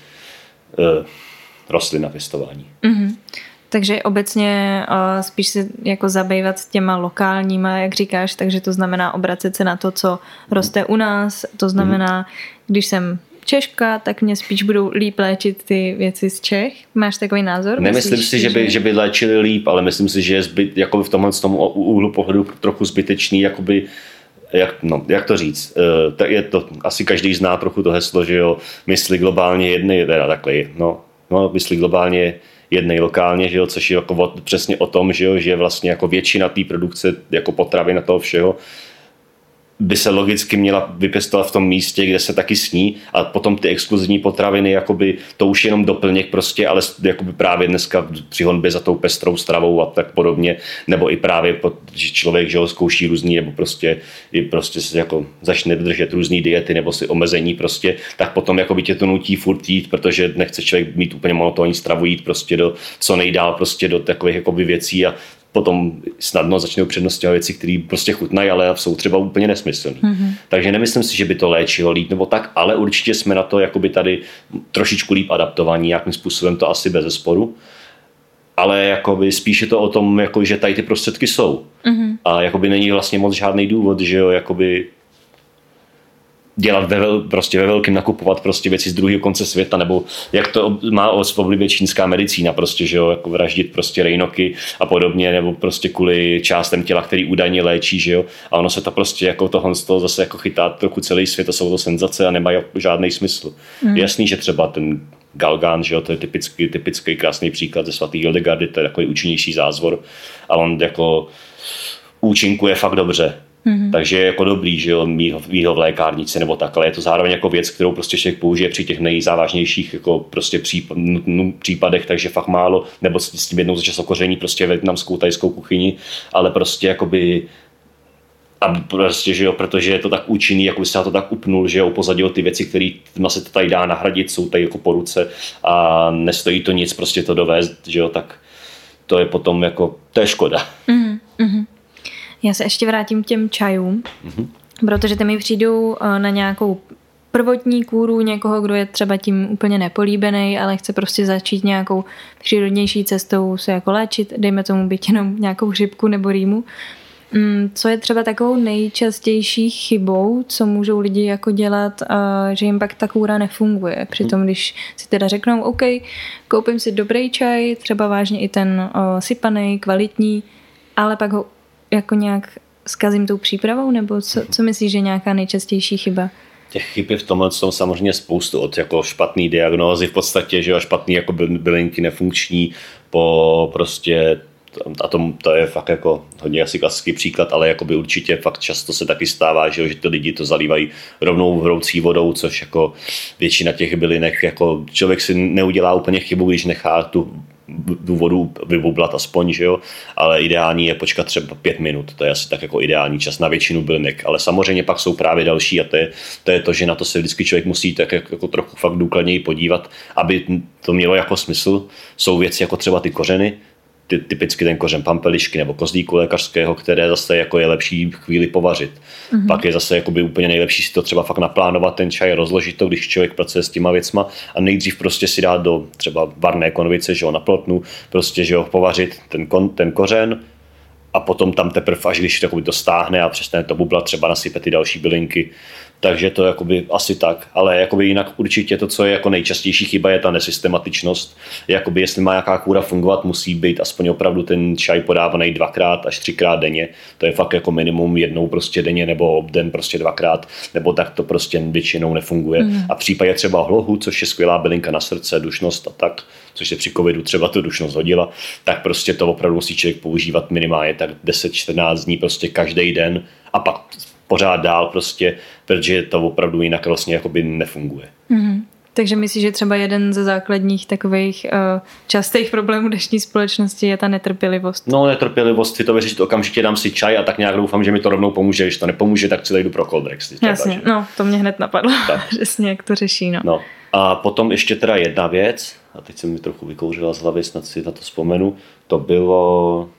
uh, rostlin na pěstování. Mm-hmm. Takže obecně uh, spíš se jako zabývat s těma lokálníma, jak říkáš, takže to znamená obracet se na to, co roste u nás, to znamená, mm-hmm. když jsem Češka, tak mě spíš budou líp léčit ty věci z Čech. Máš takový názor? Nemyslím Myslíš, si, že by, že by léčili líp, ale myslím si, že je zbyt, jakoby v tomhle tomu úhlu pohledu trochu zbytečný, jakoby, jak, no, jak to říct, uh, tak je to, asi každý zná trochu to heslo, že jo, myslí globálně jednej, teda takhle, no, no myslí globálně jednej lokálně, že jo, což je jako o, přesně o tom, že jo, že vlastně jako většina té produkce jako potravy na toho všeho by se logicky měla vypěstovat v tom místě, kde se taky sní a potom ty exkluzivní potraviny, jakoby, to už jenom doplněk prostě, ale jakoby právě dneska při honbě za tou pestrou stravou a tak podobně, nebo i právě, že člověk, že ho zkouší různý, nebo prostě, i prostě se jako začne držet různý diety, nebo si omezení prostě, tak potom jakoby tě to nutí furt jít, protože nechce člověk mít úplně monotónní stravu, jít prostě do co nejdál prostě do takových jakoby věcí a potom snadno začnou přednostňovat věci, které prostě chutnají, ale jsou třeba úplně nesmyslné. Mm-hmm. Takže nemyslím si, že by to léčilo líp nebo tak, ale určitě jsme na to jakoby tady trošičku líp adaptovaní, nějakým způsobem to asi bez zesporu. Ale jakoby spíš je to o tom, jako, že tady ty prostředky jsou. Mm-hmm. A jakoby není vlastně moc žádný důvod, že jo, jakoby dělat ve, vel, prostě ve velkým, nakupovat prostě věci z druhého konce světa, nebo jak to má v oblibě čínská medicína, prostě, že jo, jako vraždit prostě rejnoky a podobně, nebo prostě kvůli částem těla, který údajně léčí, že jo, a ono se to prostě jako tohle z toho zase jako chytá trochu celý svět a jsou to senzace a nemají žádný smysl. Mm. Je jasný, že třeba ten Galgan, že jo, to je typický, typický krásný příklad ze svatý Hildegardy, to je takový účinnější zázvor a on jako účinkuje fakt dobře. Mm-hmm. Takže je jako dobrý, že jo, mít ho, mít ho v lékárnici nebo tak, ale je to zároveň jako věc, kterou prostě člověk použije při těch nejzávažnějších jako prostě případ, případech, takže fakt málo, nebo s tím jednou za čas okoření prostě vietnamskou, tajskou kuchyni, ale prostě jakoby a prostě, že jo, protože je to tak účinný, jako by se to tak upnul, že jo, upozadil ty věci, které se to tady dá nahradit, jsou tady jako po ruce a nestojí to nic prostě to dovést, že jo, tak to je potom jako, to je škoda. Mm-hmm. Já se ještě vrátím k těm čajům, mm-hmm. protože ty mi přijdou na nějakou prvotní kůru někoho, kdo je třeba tím úplně nepolíbený, ale chce prostě začít nějakou přírodnější cestou se jako léčit, dejme tomu být jenom nějakou hřibku nebo rýmu. Co je třeba takovou nejčastější chybou, co můžou lidi jako dělat, že jim pak ta kůra nefunguje. Přitom, když si teda řeknou, OK, koupím si dobrý čaj, třeba vážně i ten sypaný, kvalitní, ale pak ho jako nějak zkazím tou přípravou, nebo co, co myslíš, že je nějaká nejčastější chyba? Těch chyb je v tomhle tom samozřejmě spoustu, od jako špatný diagnózy v podstatě, že jo, špatný jako bylinky nefunkční, po prostě a to, to je fakt jako hodně asi klasický příklad, ale jakoby určitě fakt často se taky stává, že, že ty lidi to zalívají rovnou hroucí vodou, což jako většina těch bylinek, jako člověk si neudělá úplně chybu, když nechá tu, tu vodu vybublat aspoň, že jo, ale ideální je počkat třeba pět minut, to je asi tak jako ideální čas na většinu bylinek, ale samozřejmě pak jsou právě další a to je to, je to že na to se vždycky člověk musí tak jako, jako trochu fakt důkladněji podívat, aby to mělo jako smysl. Jsou věci jako třeba ty kořeny, ty, typicky ten kořen pampelišky nebo kozlíku lékařského, které zase jako je lepší chvíli povařit. Mm-hmm. Pak je zase jakoby úplně nejlepší si to třeba fakt naplánovat, ten čaj, rozložit to, když člověk pracuje s těma věcma a nejdřív prostě si dát do třeba varné konvice, že ho na plotnu, prostě že ho povařit ten, kon, ten kořen a potom tam teprve, až když to stáhne a přestane to bublat, třeba nasype ty další bylinky. Takže to jakoby asi tak, ale jakoby jinak určitě to, co je jako nejčastější chyba, je ta nesystematičnost. Jakoby jestli má jaká kůra fungovat, musí být aspoň opravdu ten čaj podávaný dvakrát až třikrát denně. To je fakt jako minimum jednou prostě denně nebo obden prostě dvakrát, nebo tak to prostě většinou nefunguje. Mm. A v případě třeba hlohu, což je skvělá bylinka na srdce, dušnost a tak, což se při covidu třeba tu dušnost hodila, tak prostě to opravdu musí člověk používat minimálně tak deset čtrnáct dní prostě každý den a pak pořád dál prostě, protože to opravdu jinak vlastně jakoby nefunguje. Mm-hmm. Takže myslíš, že třeba jeden ze základních takových uh, častých problémů dnešní společnosti je ta netrpělivost? No, netrpělivost, si to vyřešit okamžitě, dám si čaj a tak nějak doufám, že mi to rovnou pomůže, když to nepomůže, tak si jdu pro Coldrex. Jasně, že? No, to mě hned napadlo, přesně jak to řeší, no. no. A potom ještě teda jedna věc, a teď jsem mi trochu vykouřila z hlavy, snad si na to vzpomenu, to bylo...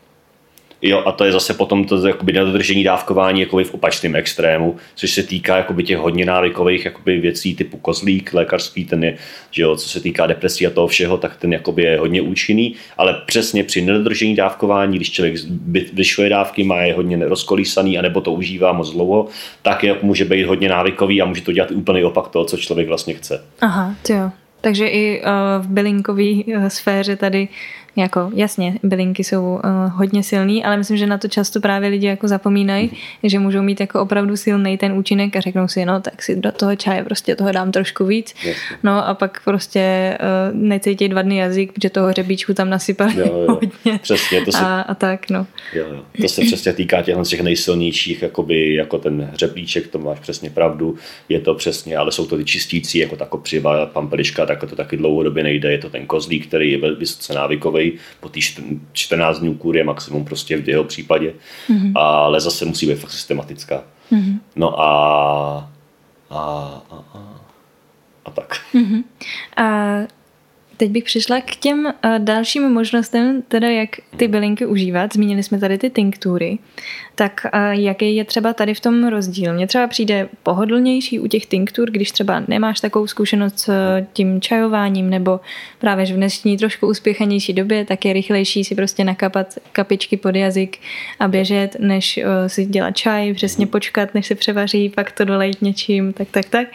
Jo, a to je zase potom to jakoby nedodržení dávkování jakoby v opačném extrému, což se týká jakoby těch hodně návykových jakoby věcí typu kozlík, lékařský, ten je, že jo, co se týká depresí a toho všeho, tak ten jakoby je hodně účinný, ale přesně při nedodržení dávkování, když člověk zvyšuje dávky, má je hodně rozkolísaný, anebo to užívá moc dlouho, tak je, může být hodně návykový a může to dělat úplný opak toho, co člověk vlastně chce. Aha, jo. Takže i uh, v bylinkové uh, sféře tady jako jasně, bylinky jsou uh, hodně silný, ale myslím, že na to často právě lidi jako zapomínají, mm. že můžou mít jako opravdu silný ten účinek a řeknou si, no tak si do toho čaje prostě toho dám trošku víc. Jasně. No a pak prostě uh, necítí dva dny jazyk, protože toho hřebíčku tam nasypali jo, jo. hodně. Přesně, to se, a, a tak, no. Jo, jo. To se přesně týká těch, těch nejsilnějších, jakoby, jako ten hřebíček, to máš přesně pravdu, je to přesně, ale jsou to ty čistící, jako ta kopřiva, pampeliška, tak to taky dlouhodobě nejde, je to ten kozlík, který je vysoce návykový. Po té čtrnáct dnů kůry je maximum prostě v jeho případě, mm-hmm. ale zase musí být fakt systematická. Mm-hmm. No a a, a, a, a tak. Mm-hmm. A Teď bych přišla k těm uh, dalším možnostem, teda jak ty bylinky užívat. Zmínili jsme tady ty tinktury. Tak uh, jaký je třeba tady v tom rozdíl? Mně třeba přijde pohodlnější u těch tinktur, když třeba nemáš takovou zkušenost s uh, tím čajováním, nebo právě že v dnešní trošku uspěchanější době, tak je rychlejší si prostě nakapat kapičky pod jazyk a běžet, než uh, si dělat čaj, přesně počkat, než se převaří, pak to dolejt něčím, tak, tak, tak.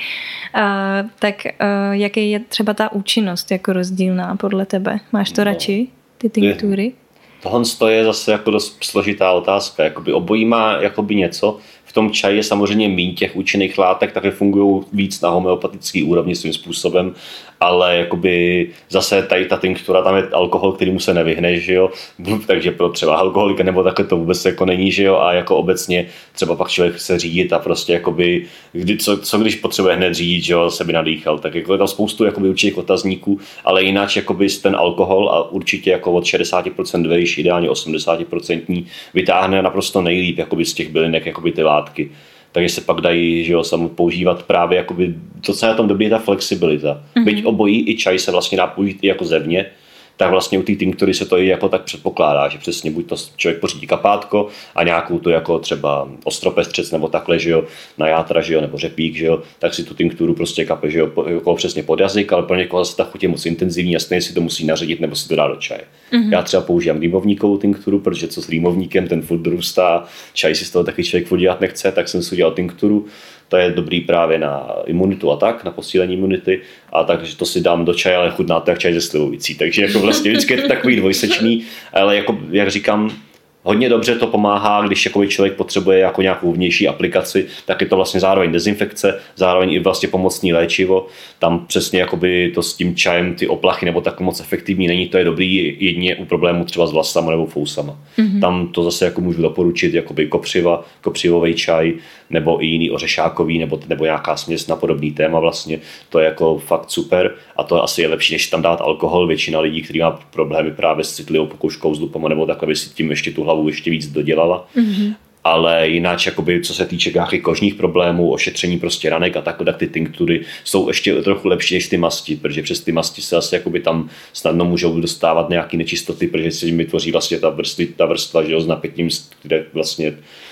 Uh, tak uh, jaký je třeba ta účinnost jako rozdílná podle tebe? Máš to no, radši, ty tinktury? Tohle je zase jako dost složitá otázka. Jakoby obojí má jakoby něco. V tom čaji je samozřejmě míň těch účinných látek, také fungují víc na homeopatický úrovni svým způsobem, ale jakoby zase tady ta tinktura, tam je alkohol, kterýmu se nevyhneš, že jo? Takže pro třeba alkoholika nebo takhle to vůbec jako není, že jo? A jako obecně třeba pak člověk se řídit a prostě jakoby, kdy, co, co když potřebuje hned řídit, že jo, se by nadýchal, tak jako je tam spoustu jakoby určitých otazníků, ale jinak jakoby ten alkohol a určitě jako od šedesát procent vejš, ideálně osmdesát procent vytáhne naprosto nejlíp jakoby z těch bylinek jakoby ty látky. Takže se pak dají, že jo, sam používat právě jakoby, to, co je na tom dobrý, je ta flexibilita. Mm-hmm. Byť obojí i čaj se vlastně dá použít i jako zevně, tak vlastně u té tinktury se to i jako tak předpokládá, že přesně buď to člověk pořídí kapátko a nějakou tu jako třeba ostropestřec nebo takhle, že jo, na játra, že jo, nebo řepík, že jo, tak si tu tinkturu prostě kape, že jo, jako přesně pod jazyk, ale pro někoho zase ta chuť je moc intenzivní, jasně si to musí naředit nebo si to dá do čaje. Mm-hmm. Já třeba používám rýmovníkovou tinkturu, protože co s rýmovníkem, ten furt dorůstá, čaj si z toho taky člověk furt dělat nechce, tak jsem si udělal tinkturu. To je dobrý právě na imunitu a tak, na posílení imunity. A takže to si dám do čaje, ale chutná to jak čaj ze slivovicí. Takže jako vlastně vždycky je to takový dvojsečný, ale jako, jak říkám, hodně dobře to pomáhá, když jako člověk potřebuje jako nějakou vnější aplikaci, tak je to vlastně zároveň dezinfekce, zároveň i vlastně pomocný léčivo. Tam přesně jakoby to s tím čajem ty oplachy nebo tak moc efektivní není, to je dobrý jedině u problémů třeba s vlasama nebo fousama. Mm-hmm. Tam to zase jako můžu doporučit jakoby kopřiva, kopřivový čaj nebo i jiný ořešákový nebo, nebo nějaká směs na podobný téma vlastně. To je jako fakt super a to asi je lepší, než tam dát alkohol. Většina lidí, kteří má problémy právě s citlivou pokouškou, s lupama nebo takhle, by si tím ještě tu hlavu ještě víc dodělala. Mm-hmm. Ale jinak, jakoby, co se týče nějakých kožních problémů, ošetření prostě ranek a takhle, tak ty tinktury jsou ještě trochu lepší než ty masti, protože přes ty masti se asi jakoby tam snadno můžou dostávat nějaké nečistoty, protože se jim vytvoří vlastně ta vrstva, ta vrstva že jo, s napětím, kde vlastně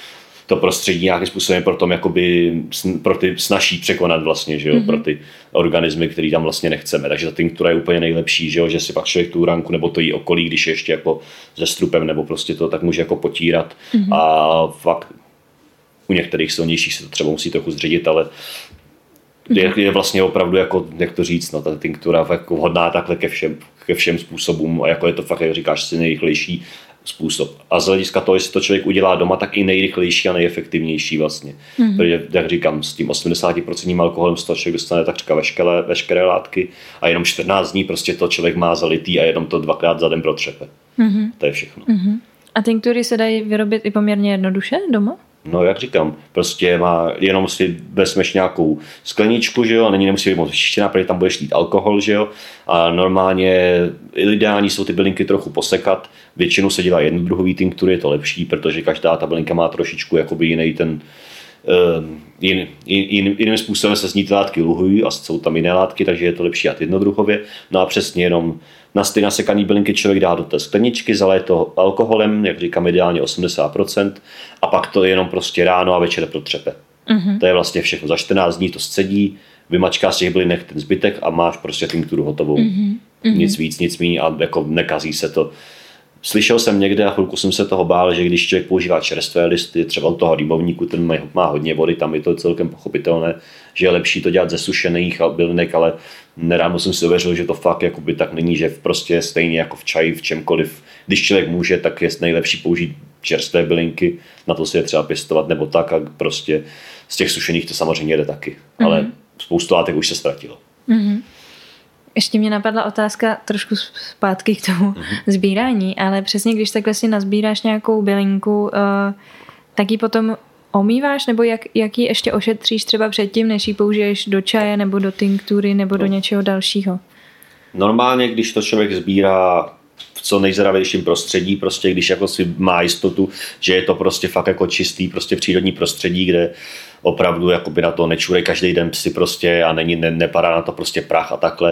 to prostředí nějakým způsobem pro, tom, jakoby, pro ty snaží překonat vlastně, že jo, mm-hmm. pro ty organismy, které tam vlastně nechceme. Takže ta tinktura je úplně nejlepší, že jo, že si pak člověk tu ranku nebo to jí okolí, když je ještě jako se strupem nebo prostě to, tak může jako potírat. Mm-hmm. A fakt u některých silnějších se to třeba musí trochu zředit, ale je, je vlastně opravdu, jako, jak to říct, no, ta tinktura jako vhodná takhle ke všem, ke všem způsobům a jako je to fakt, jak říkáš, si nejrychlejší způsob. A z hlediska toho, jestli to člověk udělá doma, tak i nejrychlejší a nejefektivnější vlastně. Mm-hmm. Protože, jak říkám, s tím osmdesát procent alkoholem z toho člověk dostane takřka veškeré, veškeré látky a jenom čtrnáct dní prostě to člověk má zalitý a jenom to dvakrát za den protřepe. Mm-hmm. To je všechno. Mm-hmm. A tinktury se dají vyrobit i poměrně jednoduše doma? No, jak říkám, prostě má, jenom si vezmeš nějakou skleničku, že jo, a není nemusí být moc vyčištěná, protože tam budeš lít alkohol, že jo, a normálně ideální jsou ty bylinky trochu posekat, většinou se dělá jednodruhový tinktury, je to lepší, protože každá ta bylinka má trošičku jakoby jiný ten, uh, jin, jin, jiným způsobem se z ní ty látky luhují a jsou tam jiné látky, takže je to lepší dát jednodruhově, no a přesně jenom na ty nasekaný bylinky člověk dá do té skleničky, zaleje to alkoholem, jak říkám, ideálně osmdesát procent a pak to jenom prostě ráno a večer protřepe. Mm-hmm. To je vlastně všechno. Za čtrnáct dní to scedí, vymačká z těch bylinek ten zbytek a máš prostě tinkturu hotovou. Mm-hmm. Nic víc, nic méně a jako nekazí se to. Slyšel jsem někde a chvilku jsem se toho bál, že když člověk používá čerstvé listy, třeba od toho rýmovníku, ten má hodně vody, tam je to celkem pochopitelné, že je lepší to dělat ze sušených bylinek, ale nedávno jsem si ověřil, že to fakt jakoby tak není, že prostě stejně jako v čaji, v čemkoliv, když člověk může, tak je nejlepší použít čerstvé bylinky, na to si je třeba pěstovat nebo tak a prostě z těch sušených to samozřejmě jde taky, mm-hmm. ale spoustu látek už se ztratilo. Mm-hmm. Ještě mě napadla otázka trošku zpátky k tomu mm-hmm. sbírání, ale přesně když takhle si nazbíráš nějakou bylinku, uh, tak ji potom omýváš, nebo jak, jak ji ještě ošetříš třeba předtím, než ji použiješ do čaje, nebo do tinktury, nebo do něčeho dalšího? Normálně, když to člověk sbírá v co nejzdravějším prostředí, prostě když jako si má jistotu, že je to prostě fakt jako čistý prostě přírodní prostředí, kde opravdu jakoby na to nečurej každý den psi prostě a není, ne, nepadá na to prostě prach a takhle,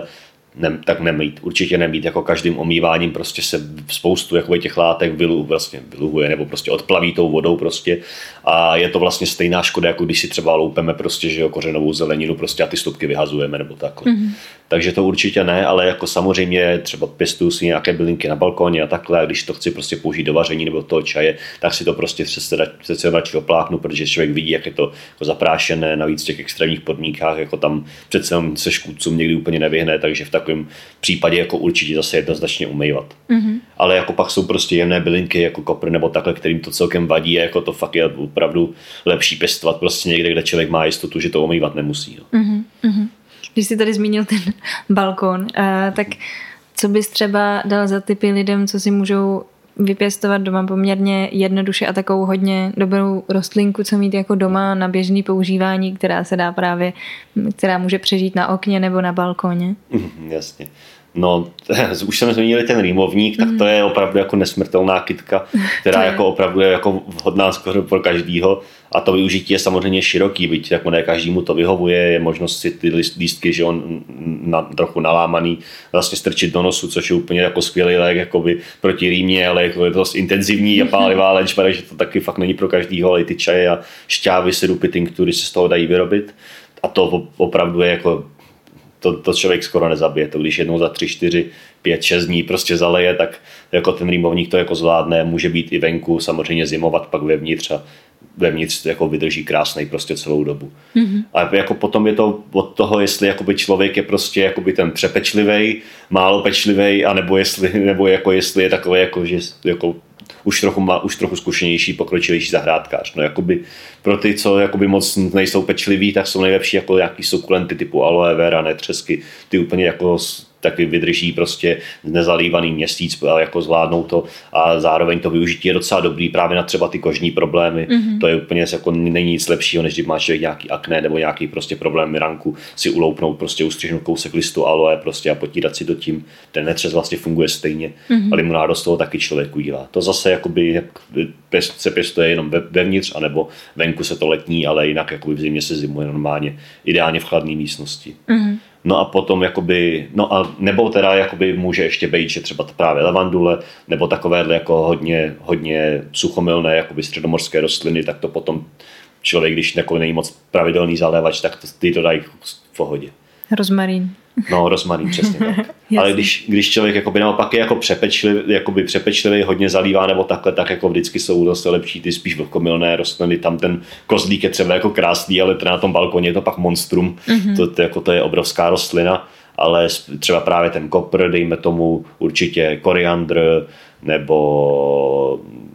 ne, tak nemít, určitě nemít, jako každým omýváním prostě se spoustu jakoby těch látek vylu, vlastně vyluhuje nebo prostě odplaví tou vodou prostě a je to vlastně stejná škoda, jako když si třeba loupeme prostě, že jo, kořenovou zeleninu prostě a ty stopky vyhazujeme nebo takhle. Mm-hmm. Takže to určitě ne, ale jako samozřejmě třeba pěstuju si nějaké bylinky na balkóně a takhle a když to chci prostě použít do vaření nebo do toho čaje, tak si to prostě přece radši opláchnu, protože člověk vidí, jak je to jako zaprášené, navíc v těch extrémních podmínkách, jako tam přece se škůdcům někdy úplně nevyhne, takže v takovém případě jako určitě zase jednoznačně umývat. Mm-hmm. Ale jako pak jsou prostě jemné bylinky jako kopr nebo takhle, kterým to celkem vadí a jako to fakt je opravdu lepší pěstovat prostě někde, kde člověk má jistotu, že to umývat nemusí. No. Mm-hmm. Když jsi tady zmínil ten balkón, uh, tak co bys třeba dal za tipy lidem, co si můžou vypěstovat doma poměrně jednoduše a takovou hodně dobrou rostlinku, co mít jako doma na běžný používání, která se dá právě, která může přežít na okně nebo na balkóně? Mm, jasně. No, už jsme zmínili ten rýmovník, tak to je opravdu jako nesmrtelná kytka, která jako opravdu je jako vhodná skoro pro každýho a to využití je samozřejmě široký, byť jako ne každému to vyhovuje, je možnost si ty lístky, že on na, trochu nalámaný, vlastně strčit do nosu, což je úplně jako skvělý lék jakoby proti rýmě, ale jako je to dost intenzivní a pálivá léčba, takže to taky fakt není pro každýho, ale i ty čaje a šťávy, sirupy, tinktury se z toho dají vyrobit a to opravdu je jako To, to člověk skoro nezabije. To když jednou za tři, čtyři, pět, šest dní prostě zaleje, tak jako ten rýmovník to jako zvládne, může být i venku, samozřejmě zimovat pak vevnitř a vevnitř jako vydrží krásnej prostě celou dobu. Mm-hmm. A jako potom je to od toho, jestli jakoby člověk je prostě jakoby ten přepečlivej, málo pečlivej, anebo jestli, nebo jako jestli je takový jako, že jako už trochu, už trochu zkušenější, pokročilejší zahrádkář. No, jakoby pro ty, co jakoby moc nejsou pečliví, tak jsou nejlepší jako nějaký sukulenty typu aloe vera, netřesky, ty úplně jako taky vydrží prostě nezalívaný měsíc a jako zvládnou to a zároveň to využití je docela dobrý právě na třeba ty kožní problémy. Mm-hmm. To je úplně jako není nic lepšího, než když má člověk nějaký akné nebo nějaký prostě problém ranku, si uloupnout, prostě ustřihnout kousek listu aloe prostě a potírat si to tím. Ten netřes vlastně funguje stejně, mm-hmm. a limonádu z toho taky člověk udělá. To zase jakoby se pěstuje jenom vevnitř, anebo venku se to letní, ale jinak jakoby v zimě se zimuje normálně, ideálně v chladné místnosti. Mm-hmm. No a potom jakoby, no a nebo teda jakoby může ještě být, že třeba právě lavandule, nebo takovéhle jako hodně, hodně suchomilné jakoby středomorské rostliny, tak to potom člověk, když jako není moc pravidelný zalévač, tak to, ty to dají v pohodě. Rozmarín. No, rozmarín, přesně tak. Ale když, když člověk jakoby naopak je jako přepečlivý, jakoby přepečlivý, hodně zalívá nebo takhle, tak jako vždycky jsou zase lepší ty spíš vlhkomilné rostliny. Tam ten kozlík je třeba jako krásný, ale na tom balkoně je to pak monstrum. Mm-hmm. To, to, jako, to je obrovská rostlina, ale třeba právě ten kopr, dejme tomu určitě koriandr nebo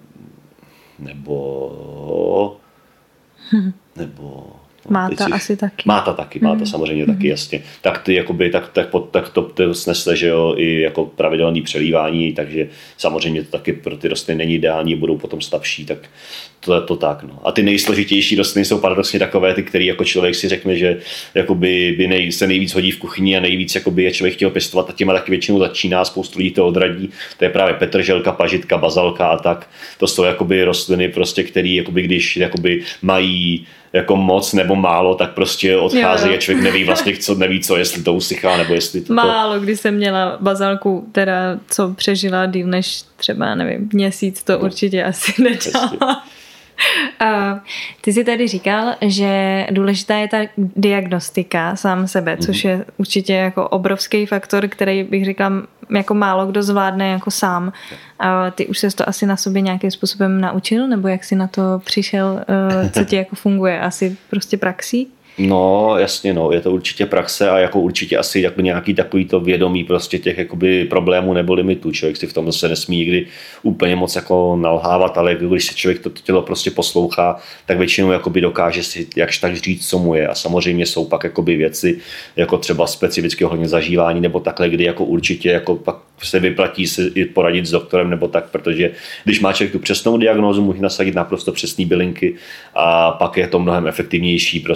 nebo nebo Máta si, asi taky. Máta taky, máta mm. samozřejmě mm. taky, jasně. Tak ty jakoby, tak, tak, tak to, to snese, že jo, i jako pravidelný přelívání, takže samozřejmě to taky pro ty rostliny není ideální, budou potom slabší, tak to je to tak, no. A ty nejsložitější rostliny jsou paradoxně takové, ty, který jako člověk si řekne, že jakoby by nej, se nejvíc hodí v kuchyni a nejvíc jakoby je člověk chtěl pěstovat a těma taky většinou začíná, spoustu lidí to odradí. To je právě petrželka, pažitka, bazalka a tak. To jsou jakoby rostliny prostě, které jakoby když jakoby mají jako moc nebo málo, tak prostě odchází a člověk neví vlastně, co, neví co, jestli to usychá, nebo jestli to... Málo, když jsem měla bazalku, teda co přežila díl než třeba, nevím, měsíc, to no. určitě asi nedělala. A ty jsi tady říkal, že důležitá je ta diagnostika sám sebe, což je určitě jako obrovský faktor, který bych řekla jako málo kdo zvládne jako sám. A ty už ses to asi na sobě nějakým způsobem naučil, nebo jak jsi na to přišel, co ti jako funguje? Asi prostě praxí? No, jasně, no, je to určitě praxe a jako určitě asi jako nějaký takový to vědomí prostě těch jakoby problémů nebo limitů. Člověk si v tom zase nesmí nikdy úplně moc jako nalhávat, ale když se člověk to tělo prostě poslouchá, tak většinou jakoby dokáže si jakž tak říct, co mu je. A samozřejmě jsou pak jakoby věci, jako třeba specificky ohledně zažívání nebo takhle, kdy jako určitě jako pak se vyplatí si i poradit s doktorem nebo tak, protože když má člověk tu přesnou diagnózu, může nasadit naprosto přesné bylinky a pak je to mnohem efektivnější prostě.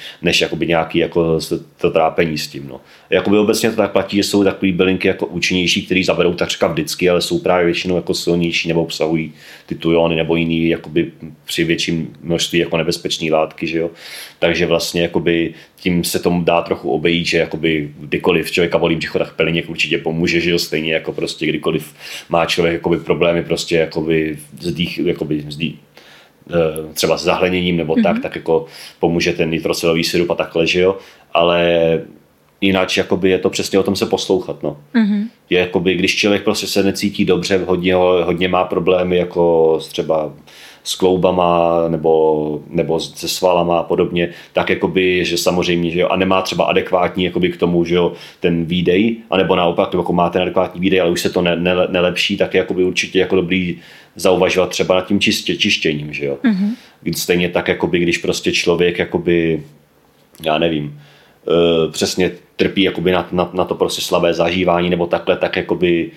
než jakoby nějaký jako to trápení s tím. No. Jakoby obecně to tak platí, že jsou takové bylinky jako účinnější, které zaberou takřka vždycky, ale jsou právě většinou jako silnější nebo obsahují ty tuiony nebo jiný jakoby při větším množství jako nebezpečné látky, že jo. Takže vlastně jakoby tím se tomu dá trochu obejít, že jakoby kdykoliv člověka bolí břicho, tak peliněk určitě pomůže, že jo, stejně jako prostě kdykoliv má člověk jakoby problémy prostě jakoby zdých, jakoby zdí, třeba s zahleněním nebo mm-hmm. tak, tak jako pomůže ten nitrosilový sirup a takhle, že jo, ale jinak jakoby je to přesně o tom se poslouchat, no. Mm-hmm. Je jakoby, když člověk prostě se necítí dobře, hodně, hodně má problémy jako třeba s kloubama nebo, nebo se svalama a podobně, tak jakoby, že samozřejmě, že jo, a nemá třeba adekvátní jakoby k tomu, že jo, ten výdej, anebo naopak, jako má ten adekvátní výdej, ale už se to ne, ne, nelepší, tak je jakoby určitě jako dobrý zauvažovat třeba nad tím čistě, čištěním, že jo. Mm-hmm. Stejně tak, jakoby, když prostě člověk, jakoby, já nevím, uh, přesně trpí jakoby na, na, na to prostě slabé zažívání nebo takhle, tak jakoby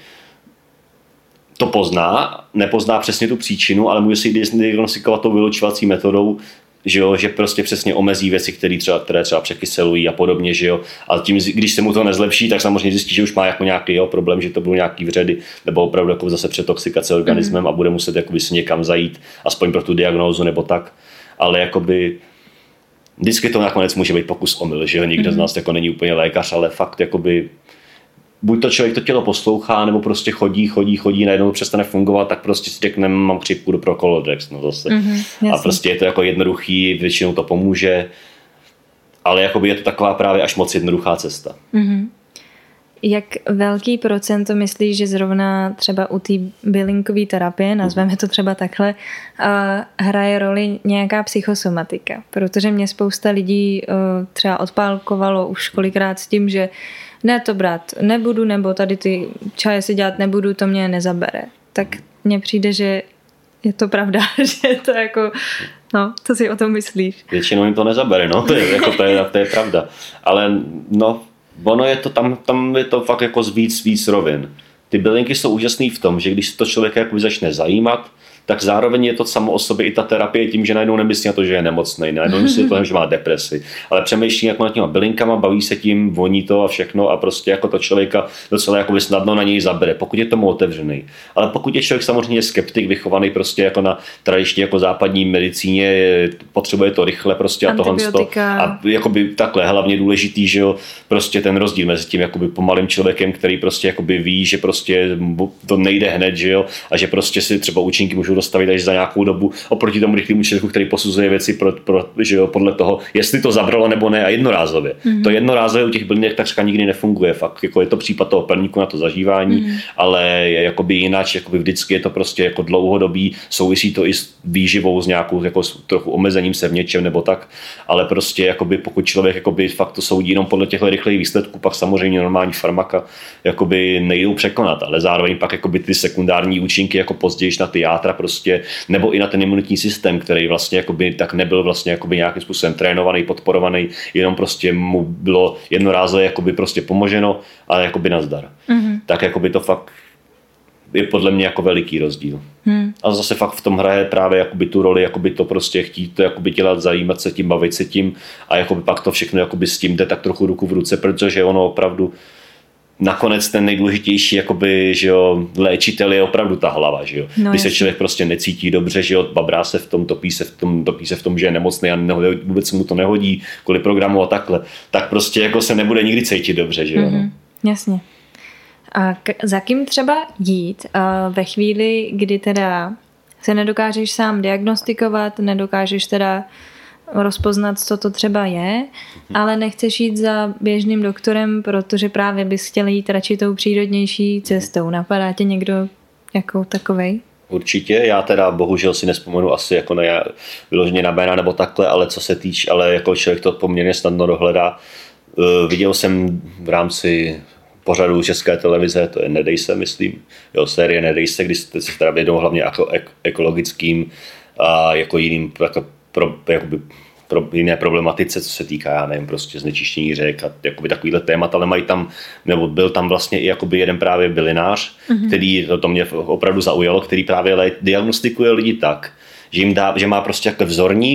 to pozná, nepozná přesně tu příčinu, ale může si diagnostikovat tou vylučovací metodou, že, jo, že prostě přesně omezí věci, které třeba, které třeba překyselují a podobně, že jo. A tím, když se mu to nezlepší, tak samozřejmě zjistí, že už má jako nějaký jo, problém, že to budou nějaký vředy nebo opravdu jako zase přetoxikace organismem mm. a bude muset jakoby si někam zajít, aspoň pro tu diagnózu nebo tak. Ale jakoby vždycky to nakonec může být pokus omyl, že jo. Nikdo mm. z nás jako není úplně lékař, ale fakt jakoby buď to člověk to tělo poslouchá, nebo prostě chodí, chodí, chodí, najednou přestane fungovat, tak prostě si řekne, mám chřipku, do pro Kolodex, no zase. Mm-hmm, a prostě je to jako jednoduchý, většinou to pomůže, ale jakoby je to taková právě až moc jednoduchá cesta. Mm-hmm. Jak velký procento myslíš, že zrovna třeba u té bylinkové terapie, nazveme to třeba takhle, hraje roli nějaká psychosomatika? Protože mě spousta lidí třeba odpálkovalo už kolikrát s tím, že ne to brát nebudu, nebo tady ty čaje si dělat nebudu, to mě nezabere. Tak mně přijde, že je to pravda, že je to jako, no, co si o tom myslíš? Většinou jim to nezabere, no, to je, jako, to je, to je pravda. Ale no, ono je to tam, tam je to fakt jako z víc, víc rovin. Ty bylinky jsou úžasný v tom, že když se to člověk jako začne zajímat, tak zároveň je to samo o sobě i ta terapie tím, že najednou nemyslí na to, že je nemocnej, najednou myslí to, že má depresi, ale přemýšlí jako nad těma bylinkama, baví se tím, voní to a všechno a prostě jako to člověka docela jako snadno na něj zabere, pokud je tomu otevřený. Ale pokud je člověk samozřejmě skeptik, vychovaný prostě jako na tradiční jako západní medicíně, potřebuje to rychle prostě a tohle a jakoby takhle hlavně důležitý, že jo, prostě ten rozdíl mezi tím jakoby pomalým člověkem, který prostě jakoby ví, že prostě to nejde hned, že jo, a že prostě si třeba účinky můžou dostavit až za nějakou dobu oproti tomu rychlému člověku, který posuzuje věci pro, pro, že jo, podle toho, jestli to zabralo nebo ne a jednorázově. Mm-hmm. To jednorázově u těch bylinek takřka nikdy nefunguje. Fakt, jako je to případ toho pelníku na to zažívání, mm-hmm. ale je jakoby jinak, jakoby vždycky je to prostě jako dlouhodobý, souvisí to i s výživou, s nějakou jako s trochu omezením se v něčem nebo tak, ale prostě jakoby pokud člověk jakoby fakt to soudí jenom podle těchto rychlých výsledků, pak samozřejmě normální farmaka jakoby nejdou překonat, ale zároveň pak jakoby ty sekundární účinky jako později na ty játra prostě, nebo i na ten imunitní systém, který vlastně jakoby tak nebyl vlastně jakoby nějakým způsobem trénovaný, podporovaný, jenom prostě mu bylo jednorázově jakoby prostě pomoženo, ale jakoby nazdar. Mm-hmm. Tak jakoby to fakt je podle mě jako veliký rozdíl. Hmm. A zase fakt v tom hraje právě jakoby tu roli, jakoby to prostě chtít to jakoby dělat, zajímat se tím, bavit se tím a jakoby pak to všechno jakoby s tím jde tak trochu ruku v ruce, protože ono opravdu nakonec ten nejdůležitější jakoby, že jo, léčitel je opravdu ta hlava, že jo. No, když se člověk prostě necítí dobře, že jo, babrá se v tom, topí se v tom, topí se v tom, že je nemocný a ne, vůbec mu to nehodí kvůli programu a takhle, tak prostě jako se nebude nikdy cítit dobře, že jo. Mm-hmm. No. Jasně. A k- za kým třeba jít uh, ve chvíli, kdy teda se nedokážeš sám diagnostikovat, nedokážeš teda rozpoznat, co to třeba je, ale nechceš jít za běžným doktorem, protože právě bys chtěl jít radši tou přírodnější cestou. Napadá tě někdo jako takovej? Určitě, já teda bohužel si nespomenu asi jako na, vyloženě na jména nebo takhle, ale co se týče, ale jako člověk to poměrně snadno dohledá. Uh, viděl jsem v rámci pořadu České televize, to je Nedej se, myslím, jo, série Nedej se, kdy se teda vědou hlavně jako ekologickým a jako jiným jako pro, jakoby, pro jiné problematice, co se týká, já nevím, prostě znečištění řek a jakoby takovýhle témat, ale mají tam, nebo byl tam vlastně i jakoby jeden právě bylinář, mm-hmm. který, to, to mě opravdu zaujalo, který právě diagnostikuje lidi tak, že jim dá, že má prostě jako vzorník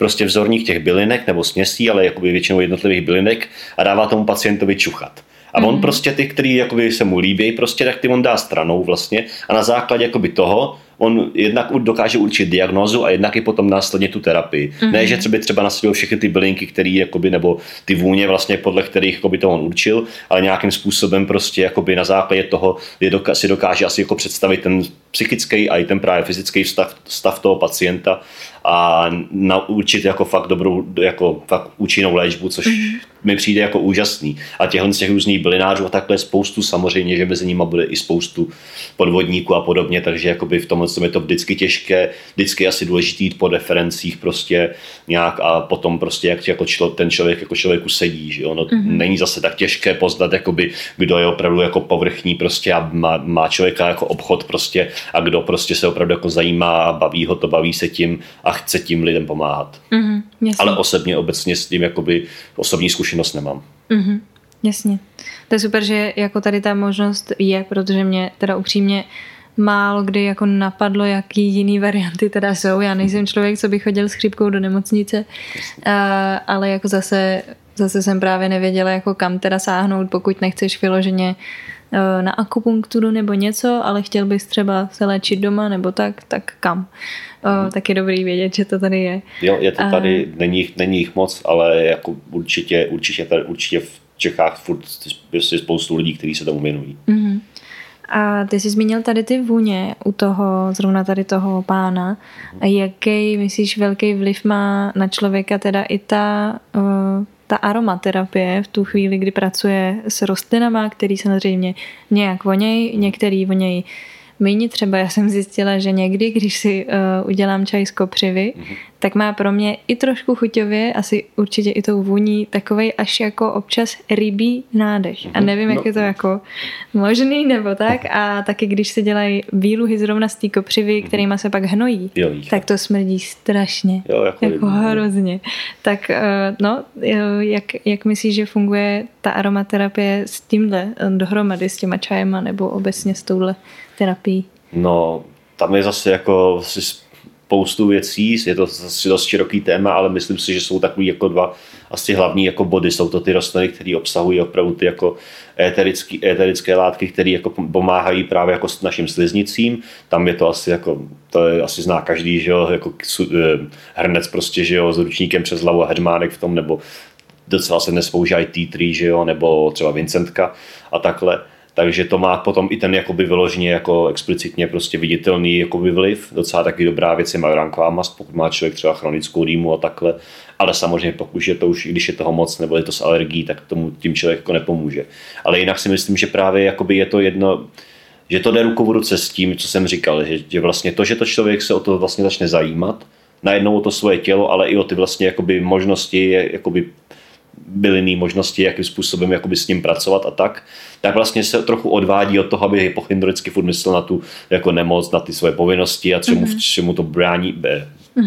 prostě vzorník těch bylinek nebo směsí, ale jakoby většinou jednotlivých bylinek a dává tomu pacientovi čuchat. A on mm-hmm. prostě ty, který jakoby se mu líbí, prostě tak ty on dá stranou vlastně a na základě jakoby toho on jednak dokáže určit diagnózu a jednak i potom následně tu terapii. Mm-hmm. Ne, že třeba třeba nasadil všechny ty bylinky, které jakoby nebo ty vůně vlastně podle kterých jakoby to on určil, ale nějakým způsobem prostě jakoby na základě toho je doka- si dokáže asi jako představit ten psychický a i ten právě fyzický stav, stav toho pacienta a naučit jako fakt dobrou, jako fakt účinnou léčbu, což mm-hmm. mi přijde jako úžasný. A těchhle z těch různých bylinářů a takhle spoustu samozřejmě, že mezi nimi bude i spoustu podvodníků a podobně, takže jakoby v tomhle je to vždycky těžké, vždycky asi důležitý jít po referencích prostě nějak a potom prostě jak jako člo, ten člověk jako člověku sedí, že ono mm-hmm. není zase tak těžké poznat, jakoby, kdo je opravdu jako povrchní prostě a má, má člověka jako obchod prostě a kdo prostě se opravdu jako zajímá a baví ho to, baví se tím a chce tím lidem pomáhat. Mm-hmm, ale osobně obecně s tím jakoby osobní zkušenost nemám. Mm-hmm, jasně. To je super, že jako tady ta možnost je, protože mě teda upřímně málo kdy jako napadlo, jaký jiný varianty teda jsou. Já nejsem člověk, co by chodil s chřipkou do nemocnice, a, ale jako zase, zase jsem právě nevěděla, jako kam teda sáhnout, pokud nechceš vyloženě na akupunkturu nebo něco, ale chtěl bys třeba se léčit doma nebo tak, tak kam. O, tak je dobrý vědět, že to tady je. Jo, je to tady, a... není, není jich moc, ale jako určitě, určitě, tady, určitě v Čechách furt je spoustu lidí, kteří se tomu věnují. Mm-hmm. A ty jsi zmínil tady ty vůně u toho, zrovna tady toho pána. A jaký, myslíš, velký vliv má na člověka teda i ta, uh, ta aromaterapie v tu chvíli, kdy pracuje s rostlinama, který samozřejmě nějak voněj, některý voněj méně. Třeba já jsem zjistila, že někdy, když si uh, udělám čaj z kopřivy, mm-hmm. tak má pro mě i trošku chuťově, asi určitě i tou vůní, takovej až jako občas rybí nádech. Mm-hmm. A nevím, no. jak je to jako možný nebo tak. A taky, když se dělají výluhy zrovna z té kopřivy, mm-hmm. kterýma se pak hnojí, jo, tak to smrdí strašně. Jo, jako jako hrozně. Tak uh, no, jak, jak myslíš, že funguje ta aromaterapie s tímhle dohromady, s těma čajema nebo obecně s touhle terapii? No, tam je zase jako spoustu věcí, je to zase dost široký téma, ale myslím si, že jsou takový jako dva asi hlavní jako body. Jsou to ty rostliny, které obsahují opravdu ty jako éterické, éterické látky, které jako pomáhají právě jako s našim sliznicím. Tam je to asi jako, to je, asi zná každý, že jo, jako hrnec prostě, že jo, s ručníkem přes hlavu a hermánek v tom, nebo docela se dnes používají tea tree, že jo, nebo třeba Vincentka a takhle. Takže to má potom i ten jakoby vyloženě jako explicitně prostě viditelný jakoby vliv. Docela taky dobrá věc je majoránková mast, pokud má člověk třeba chronickou rýmu a takhle. Ale samozřejmě pokud je to už, když je toho moc nebo je to s alergií, tak tomu tím člověk jako nepomůže. Ale jinak si myslím, že právě jakoby je to jedno, že to jde ruku v ruce s tím, co jsem říkal, že, že vlastně to, že to člověk se o to vlastně začne zajímat, najednou o to svoje tělo, ale i o ty vlastně jakoby možnosti, jakoby bylinný možnosti, jakým způsobem jakoby s ním pracovat a tak, tak vlastně se trochu odvádí od toho, aby hypochondricky furt myslel na tu jako nemoc, na ty svoje povinnosti a čemu, mm-hmm. čemu to brání, be,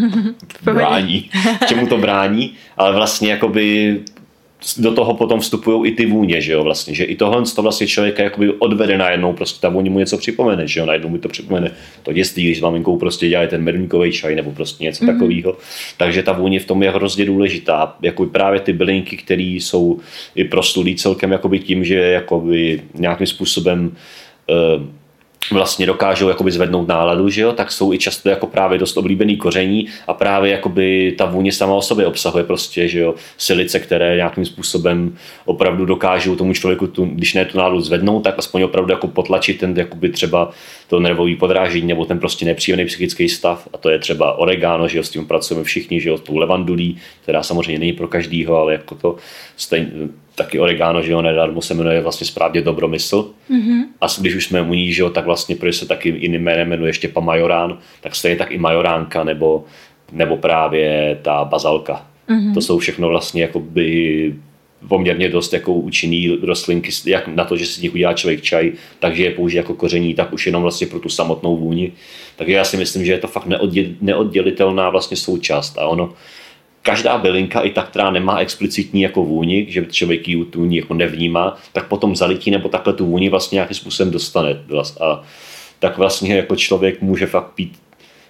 brání, čemu to brání, ale vlastně jakoby do toho potom vstupují i ty vůně, že jo, vlastně, že i tohle to vlastně člověka jakoby odvede najednou, prostě ta vůně mu něco připomene, že jo, najednou mi to připomene to dětství, když s maminkou prostě dělají ten meduňkový čaj nebo prostě něco mm-hmm. takového, takže ta vůně v tom je hrozně důležitá, jako právě ty bylinky, které jsou i prostulí celkem jakoby tím, že jakoby nějakým způsobem uh, vlastně dokážou jakoby zvednout náladu, že jo, tak jsou i často jako právě dost oblíbený koření a právě jakoby ta vůně sama o sobě obsahuje prostě, že jo, silice, které nějakým způsobem opravdu dokážou tomu člověku, tu, když ne tu náladu zvednout, tak aspoň opravdu jako potlačit ten jakoby třeba to nervový podráždění nebo ten prostě nepříjemný psychický stav a to je třeba oregano, že jo, s tím pracujeme všichni, že jo, s tou levandulí, která samozřejmě není pro každýho, ale jako to stejně taky oregano, že jo, nedarmo se jmenuje vlastně správně dobromysl. Mm-hmm. A když už jsme u ní, že jo, tak vlastně, protože se taky jiným jménem jmenuje ještě majorán, tak stejně tak i majoránka nebo, nebo právě ta bazalka. Mm-hmm. To jsou všechno vlastně jakoby poměrně dost jako účinný rostlinky, jak na to, že si z nich udělá člověk čaj, takže je použije jako koření, tak už jenom vlastně pro tu samotnou vůni. Takže já si myslím, že je to fakt neoddělitelná vlastně součást a ono každá bylinka, i ta, která nemá explicitní jako vůni, že člověk ji tu vůni jako nevnímá, tak potom zalití nebo takhle tu vůni vlastně nějakým způsobem dostane. A tak vlastně jako člověk může fakt pít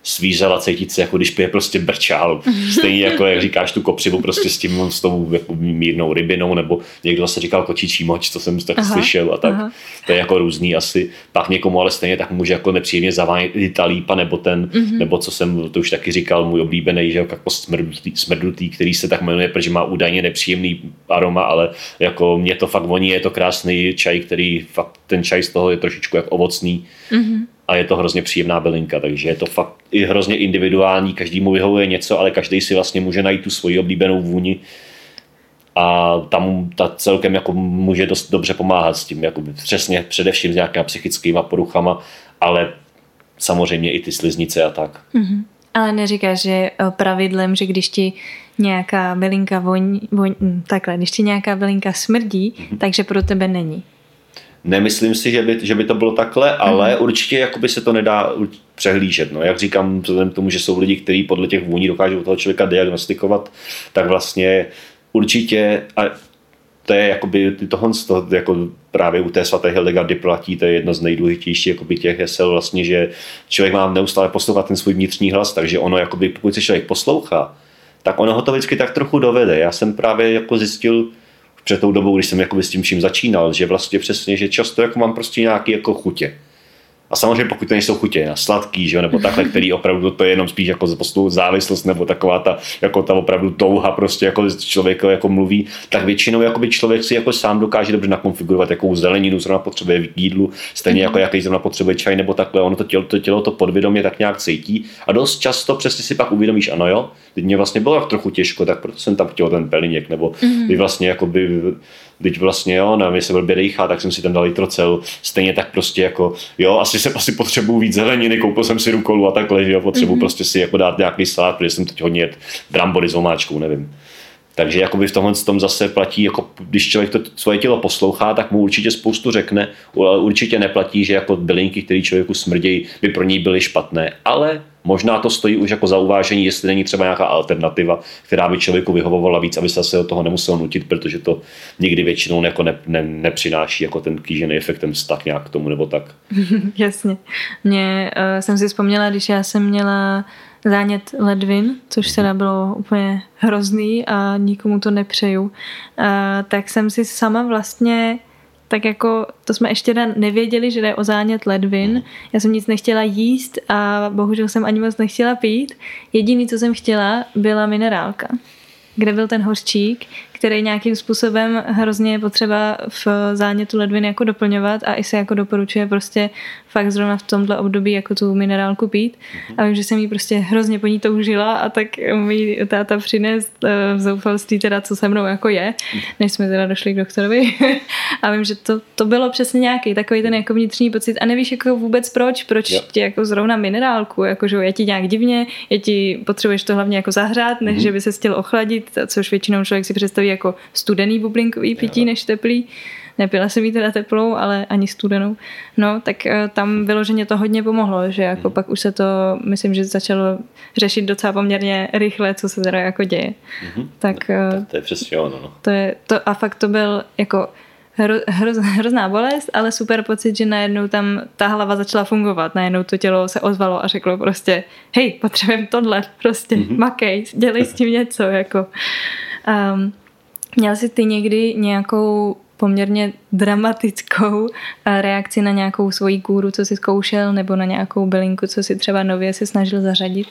svířela cítit se, jako když pije prostě brčál. Stejně jako, jak říkáš, tu kopřivu prostě s tím, s tou jako mírnou rybinou, nebo někdo se říkal kočičí moč, to jsem tak aha, slyšel a tak. Aha. To je jako různý asi. Pak někomu ale stejně tak může jako nepříjemně zavánět ta lípa, nebo ten, mm-hmm. nebo co jsem, to už taky říkal, můj oblíbený, že jako smrdutý, smrdutý, který se tak jmenuje, protože má údajně nepříjemný aroma, ale jako mě to fakt voní, je to krásný čaj, který fakt, ten čaj z toho je trošičku jak ovocný. Mm-hmm. A je to hrozně příjemná bylinka, takže je to fakt i hrozně individuální, každému vyhovuje něco, ale každý si vlastně může najít tu svoji oblíbenou vůni a tam ta celkem jako může dost dobře pomáhat s tím, jako přesně především s nějakými psychickými poruchama, ale samozřejmě i ty sliznice a tak. Mm-hmm. Ale neříkáš, že pravidlem, že když ti nějaká bylinka voní, voní takhle, když ti nějaká bylinka smrdí, mm-hmm. takže pro tebe není. Nemyslím si, že by, že by to bylo takhle, ale mm. určitě jakoby se to nedá přehlížet. No. Jak říkám, vzhledem k tomu, že jsou lidi, kteří podle těch vůní dokážou toho člověka diagnostikovat, tak vlastně určitě, a to je jakoby tohle, to, jako právě u té svaté Hildegardy platí, to je jedno z nejdůležitějších jakoby těch hesel vlastně, že člověk má neustále poslouchat ten svůj vnitřní hlas, takže ono, jakoby, pokud se člověk poslouchá, tak ono ho to vždycky tak trochu dovede. Já jsem právě jako zjistil před tou dobou, když jsem jakoby s tím vším začínal, že vlastně přesně, že často jako mám prostě nějaké jako chutě. A samozřejmě pokud to nejsou chutě na sladký, že jo, nebo takhle, který opravdu to je jenom spíš jako závislost nebo taková ta, jako ta opravdu touha prostě jako člověk jako mluví, tak většinou jakoby člověk si jako sám dokáže dobře nakonfigurovat, jakou zeleninu zrovna potřebuje k jídlu, stejně jako jaký zrovna potřebuje čaj nebo takhle, ono to tělo to, tělo to podvědomě tak nějak cítí a dost často přesně si pak uvědomíš, ano jo, teď mě vlastně bylo tak trochu těžko, tak proto jsem tam chtěl ten peliněk, nebo by vlastně jakoby teď vlastně jo, na mě se blbě dejchá, tak jsem si tam dal litrocel, stejně tak prostě jako, jo, asi se asi potřebuju víc zeleniny, koupil jsem si rukolu a takhle, že jo, potřebuju mm-hmm. prostě si jako dát nějaký salát, protože jsem teď hodně jet brambory s omáčkou, nevím. Takže jakoby v tomhle tom zase platí, jako když člověk to svoje tělo poslouchá, tak mu určitě spoustu řekne, ale určitě neplatí, že jako bylinky, které člověku smrdějí, by pro něj byly špatné, ale možná to stojí už jako za uvážení, jestli není třeba nějaká alternativa, která by člověku vyhovovala víc, aby se zase od toho nemusel nutit, protože to nikdy většinou jako ne, ne, nepřináší jako ten kýžený efekt, ten vztah nějak k tomu nebo tak. Jasně. Mě uh, jsem si vzpomněla, když já jsem měla zánět ledvin, což teda bylo úplně hrozný a nikomu to nepřeju, uh, tak jsem si sama vlastně tak jako, to jsme ještě nevěděli, že jde o zánět ledvin. Já jsem nic nechtěla jíst a bohužel jsem ani moc nechtěla pít. Jediný, co jsem chtěla, byla minerálka, kde byl ten hořčík, který nějakým způsobem hrozně je potřeba v zánětu ledvin jako doplňovat a i se jako doporučuje prostě fakt zrovna v tomhle období jako tu minerálku pít. A vím, že jsem jí prostě hrozně po ní toužila a tak mi táta přines v zoufalství teda, co se mnou jako je, než jsme teda došli k doktorovi. A vím, že to, to bylo přesně nějaký takový ten jako vnitřní pocit a nevíš jako vůbec proč, proč jo. ti jako zrovna minerálku, jako že je ti nějak divně, je ti potřebuješ to hlavně jako zahřát, než mm-hmm. že by se chtěl ochladit, což většinou člověk si představí jako studený bublinkový pití jo. než teplý. Nepila jsem jí teda teplou, ale ani studenou. No, tak tam vyloženě to hodně pomohlo, že jako mm. pak už se to, myslím, že začalo řešit docela poměrně rychle, co se teda jako děje. Mm-hmm. Tak, tak to je přesně ono. No. To je, to, a fakt to byl jako hro, hroz, hrozná bolest, ale super pocit, že najednou tam ta hlava začala fungovat. Najednou to tělo se ozvalo a řeklo prostě hej, potřebujeme tohle, prostě mm-hmm. makej, dělej s tím něco. Jako. Um, měl jsi ty někdy nějakou poměrně dramatickou reakci na nějakou svoji kůru, co jsi zkoušel, nebo na nějakou bylinku, co si třeba nově si snažil zařadit?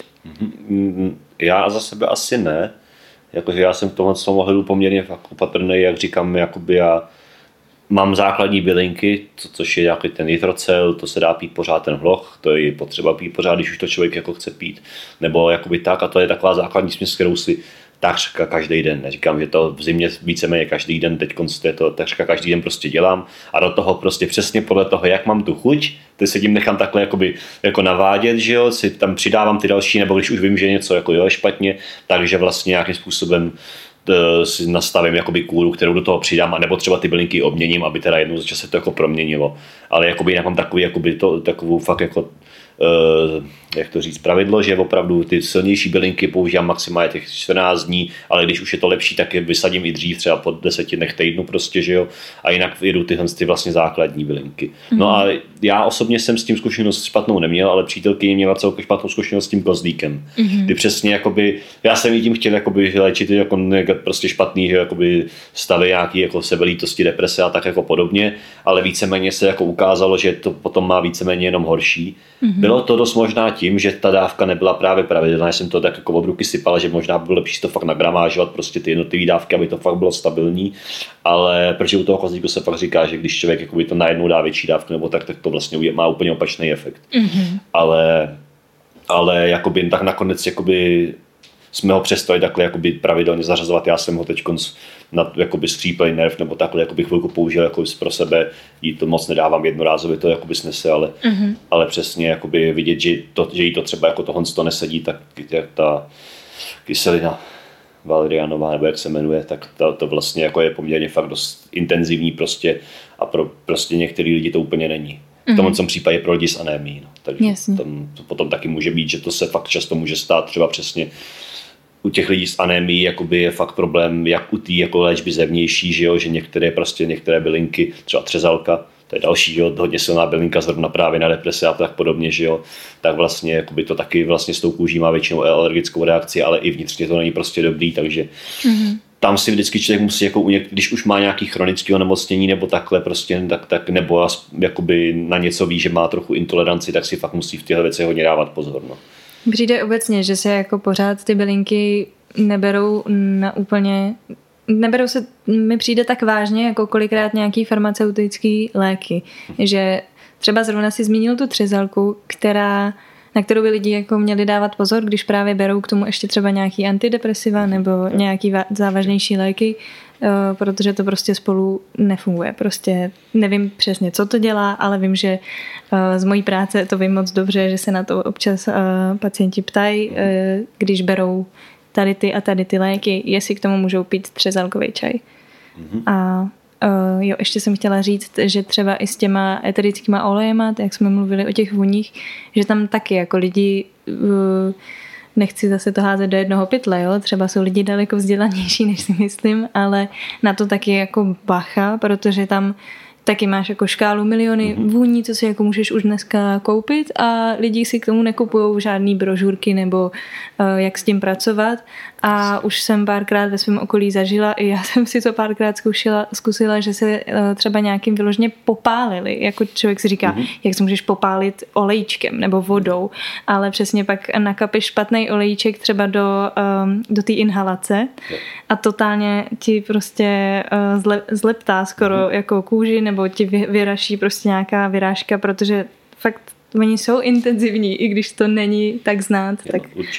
Já za sebe asi ne. Jakože já jsem v tomhle ohledu poměrně fakt opatrný, jak říkám, jakoby já mám základní bylinky, co, což je nějaký ten nitrocel, to se dá pít pořád ten hloch, to je potřeba pít pořád, když už to člověk jako chce pít, nebo jakoby tak, a to je taková základní směs, kterou si takřka každý den. Neříkám, že to v zimě víceméně každý den, teď je to takřka každý den prostě dělám a do toho prostě přesně podle toho, jak mám tu chuť, teď se tím nechám takhle jakoby, jako navádět, že jo, si tam přidávám ty další, nebo když už vím, že něco jako jo, je špatně, takže vlastně nějakým způsobem si nastavím jakoby kůru, kterou do toho přidám, a nebo třeba ty bylinky obměním, aby teda jednou za čas se to jako proměnilo. Ale jakoby jinak mám takový, jakoby to, takovou fakt jako jak to říct, pravidlo, že opravdu ty silnější bylinky používám maximálně těch čtrnáct dní, ale když už je to lepší, tak je vysadím i dřív, třeba po deseti dnech týdnu prostě, že jo, a jinak jedu tyhle ty vlastně základní bylinky. Mm-hmm. No a já osobně jsem s tím zkušenost špatnou neměl, ale přítelkyně měla celkem špatnou zkušenost s tím kozlíkem. Mm-hmm. Ty přesně jakoby, já jsem jí tím chtěl jakoby léčit jako prostě špatný, že jakoby stavy nějaký jako sebelítosti, deprese a tak jako podobně, ale víceméně se jako ukázalo, že to potom má víceméně jenom horší. Mm-hmm. Bylo to dost možná tím, že ta dávka nebyla právě pravidelná, jsem to tak jako od ruky sypala, že možná by bylo lepší to fakt nagramážovat prostě ty jednotlivé dávky, aby to fakt bylo stabilní, ale protože u toho kozlíku se fakt říká, že když člověk jakoby to najednou dá větší dávku nebo tak, tak to vlastně má úplně opačný efekt. Mm-hmm. Ale, ale jakoby tak nakonec jakoby jsme ho přestali takhle jakoby pravidelně zařazovat. Já jsem ho teď na jakoby stříplej nerv nebo takhle jakoby chvilku použil jako pro sebe. Jí to moc nedávám jednorázově, to jakoby snese, ale, mm-hmm. ale přesně jakoby vidět, že, to, že jí to třeba jako tohle to nesedí, tak ta kyselina valerianová, nebo jak se jmenuje, tak to, to vlastně jako je poměrně fakt dost intenzivní prostě a pro prostě některý lidi to úplně není. V tomhle mm-hmm. případě pro lidi s anémií. No. Takže tam, to potom taky může být, že to se fakt často může stát třeba přesně u těch lidí s anémií jakoby je fakt problém, jak u té jako léčby zevnější, že, jo, že některé prostě některé bylinky, třeba třezalka, to je další, že jo, hodně silná bylinka zrovna právě na deprese a tak podobně, že jo, tak vlastně jakoby to taky vlastně s tou kůží má většinou alergickou reakci, ale i vnitřně to není prostě dobrý, takže mm-hmm. tam si vždycky člověk musí, jako když už má nějaký chronický onemocnění nebo takhle prostě, tak, tak nebo jakoby na něco ví, že má trochu intoleranci, tak si fakt musí v těchto věcech hodně dávat pozor. No. Přijde obecně, že se jako pořád ty bylinky neberou na úplně, neberou se, mi přijde tak vážně, jako kolikrát nějaký farmaceutický léky, že třeba zrovna si zmínil tu třezalku, která, na kterou by lidi jako měli dávat pozor, když právě berou k tomu ještě třeba nějaký antidepresiva nebo nějaký závažnější léky, protože to prostě spolu nefunguje. Prostě nevím přesně, co to dělá, ale vím, že z mojí práce to vím moc dobře, že se na to občas pacienti ptají, když berou tady ty a tady ty léky, jestli k tomu můžou pít třezalkový čaj. Mm-hmm. A jo, ještě jsem chtěla říct, že třeba i s těma eterickýma olejema, jak jsme mluvili o těch vůních, že tam taky jako lidi, nechci zase to házet do jednoho pytle, jo? Třeba jsou lidi daleko vzdělanější, než si myslím, ale na to taky jako bacha, protože tam taky máš jako škálu miliony mm-hmm. vůní, co si jako můžeš už dneska koupit a lidi si k tomu nekupujou žádný brožurky nebo uh, jak s tím pracovat a už jsem párkrát ve svém okolí zažila, i já jsem si to párkrát zkusila, zkusila, že se uh, třeba nějakým vyloženě popálili, jako člověk si říká, mm-hmm. jak se můžeš popálit olejčkem nebo vodou, ale přesně pak nakapeš špatný olejček třeba do, um, do té inhalace a totálně ti prostě uh, zle, zleptá skoro mm-hmm. jako kůži nebo ti vyraší prostě nějaká vyrážka, protože fakt oni jsou intenzivní, i když to není tak znát. Jo, tak,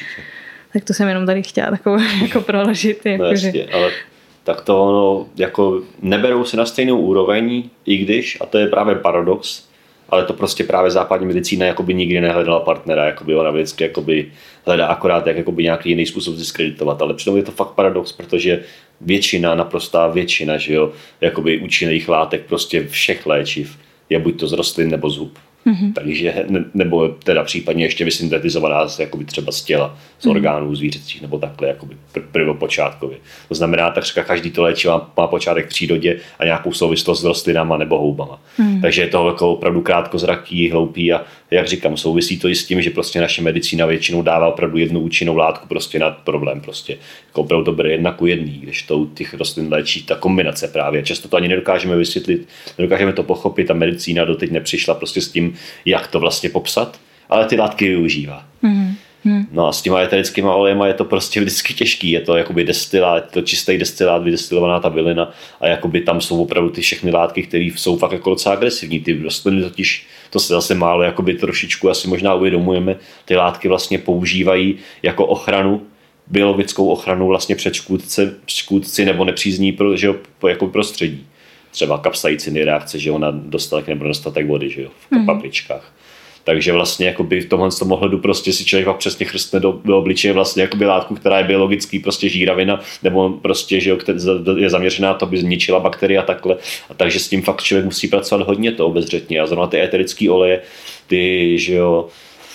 tak to jsem jenom tady chtěla takovou jako proložit. Jako no jasně, že... ale tak to ono, jako neberou se na stejnou úroveň, i když, a to je právě paradox, ale to prostě právě západní medicína jakoby nikdy nehledala partnera, jakoby ona vždycky jakoby hledá akorát jak jakoby nějaký jiný způsob diskreditovat, ale přitom je to fakt paradox, protože většina, naprostá většina, že jo, jakoby účinných látek prostě všech léčiv je buď to z rostlin nebo z hub. Mm-hmm. Takže, ne, nebo teda případně ještě vysyntetizovaná jakoby třeba z těla, z orgánů mm-hmm. zvířecích nebo takhle jakoby pr- prvopočátkově. To znamená, takřka každý to léčivo má počátek v přírodě a nějakou souvislost s rostlinama nebo houbama. Mm-hmm. Takže je to jako opravdu krátkozraký, hloupý a jak říkám, souvisí to i s tím, že prostě naše medicína většinou dává opravdu jednu účinnou látku prostě na problém prostě. Jako opravdu to bere jedna ku jedný, když to u těch rostlin léčí ta kombinace právě. Často to ani nedokážeme vysvětlit, nedokážeme to pochopit a medicína doteď nepřišla prostě s tím, jak to vlastně popsat, ale ty látky využívá. Mm-hmm. No a s těma eterickýma olejema je to prostě vždycky těžký, je to jakoby destilát, to čistý destilát, vydestilovaná ta bylina a jakoby tam jsou opravdu ty všechny látky, které jsou fakt jako docela agresivní. Ty rostliny totiž, to se zase málo jakoby trošičku asi možná uvědomujeme, ty látky vlastně používají jako ochranu, biologickou ochranu vlastně před škůdce, škůdci nebo nepřízní pro, že jo, jako prostředí. Třeba kapsaiciny reakce, že jo, na dostatek nebo dostatek vody, že jo, v mm. papričkách. Takže vlastně jakoby v tomhle tom ohledu prostě si člověk pak přesně chrstne do, do obličeje vlastně jakoby látku, která je biologický prostě žíravina, nebo prostě, že jo, je zaměřená to, aby zničila bakterie a takhle. A takže s tím fakt člověk musí pracovat hodně to obezřetně. A zrovna ty eterické oleje, ty, že jo,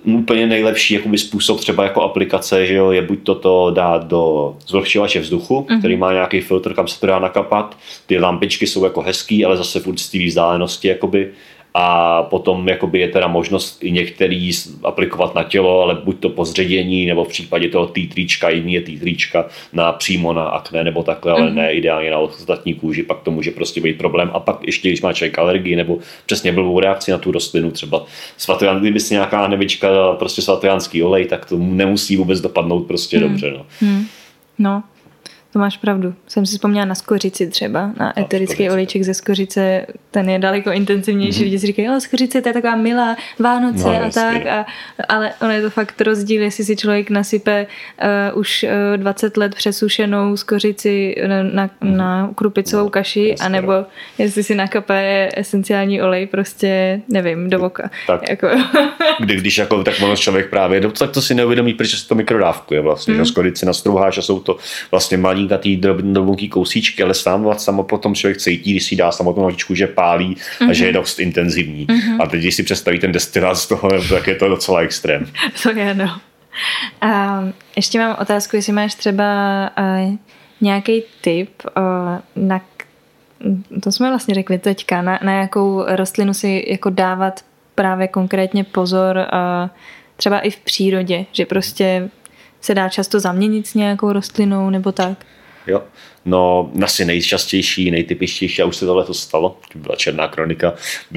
úplně nejlepší jakoby způsob třeba jako aplikace, že jo, je buď toto dát do zvlhčovače vzduchu, mm-hmm. který má nějaký filtr, kam se to dá nakapat. Ty lampičky jsou jako hezký, ale zase furt z té vzdálenosti jakoby. A potom jakoby je teda možnost i některý aplikovat na tělo, ale buď to po zředění, nebo v případě toho týtříčka, jiný je týtříčka na přímo na akné nebo takhle, ale mm-hmm. ne ideálně na ostatní kůži, pak to může prostě být problém. A pak ještě, když má člověk alergii nebo přesně blbou reakci na tu rostlinu, třeba svatoján, kdyby si nějaká nevička dala prostě svatojánský olej, tak to nemusí vůbec dopadnout prostě mm. dobře. No. Mm. no. To máš pravdu. Jsem si vzpomněla na skořici třeba, na eterický olejček ze skořice, ten je daleko intenzivnější. Mm-hmm. Lidi si říkají, jo, skořice, to je taková milá, Vánoce no, a tak, a, ale ono je to fakt rozdíl, jestli si člověk nasype uh, už uh, dvacet let přesušenou skořici na, na, mm-hmm. na krupicovou no, kaši, anebo jestli si nakape esenciální olej, prostě, nevím, do voka. Tak, jako. kdy, když jako tak ono člověk právě, tak to si neuvědomí, protože se to mikrodávkuje vlastně, mm. že skořici nastrouháš a jsou to vlastně malý ty drobný kousíčky, ale sám samo potom člověk cítí, když si dá samotnou nožičku, že pálí mm-hmm. a že je dost intenzivní. Mm-hmm. A teď, když si představí ten destilát z toho, tak je to docela extrém. To je, no. A ještě mám otázku, jestli máš třeba uh, nějaký tip, uh, na, to jsme vlastně řekli teďka, na, na jakou rostlinu si jako dávat právě konkrétně pozor, uh, třeba i v přírodě, že prostě se dá často zaměnit s nějakou rostlinou nebo tak? Jo, no asi nejčastější, nejtypičtější, a už se tohle to stalo, byla černá kronika,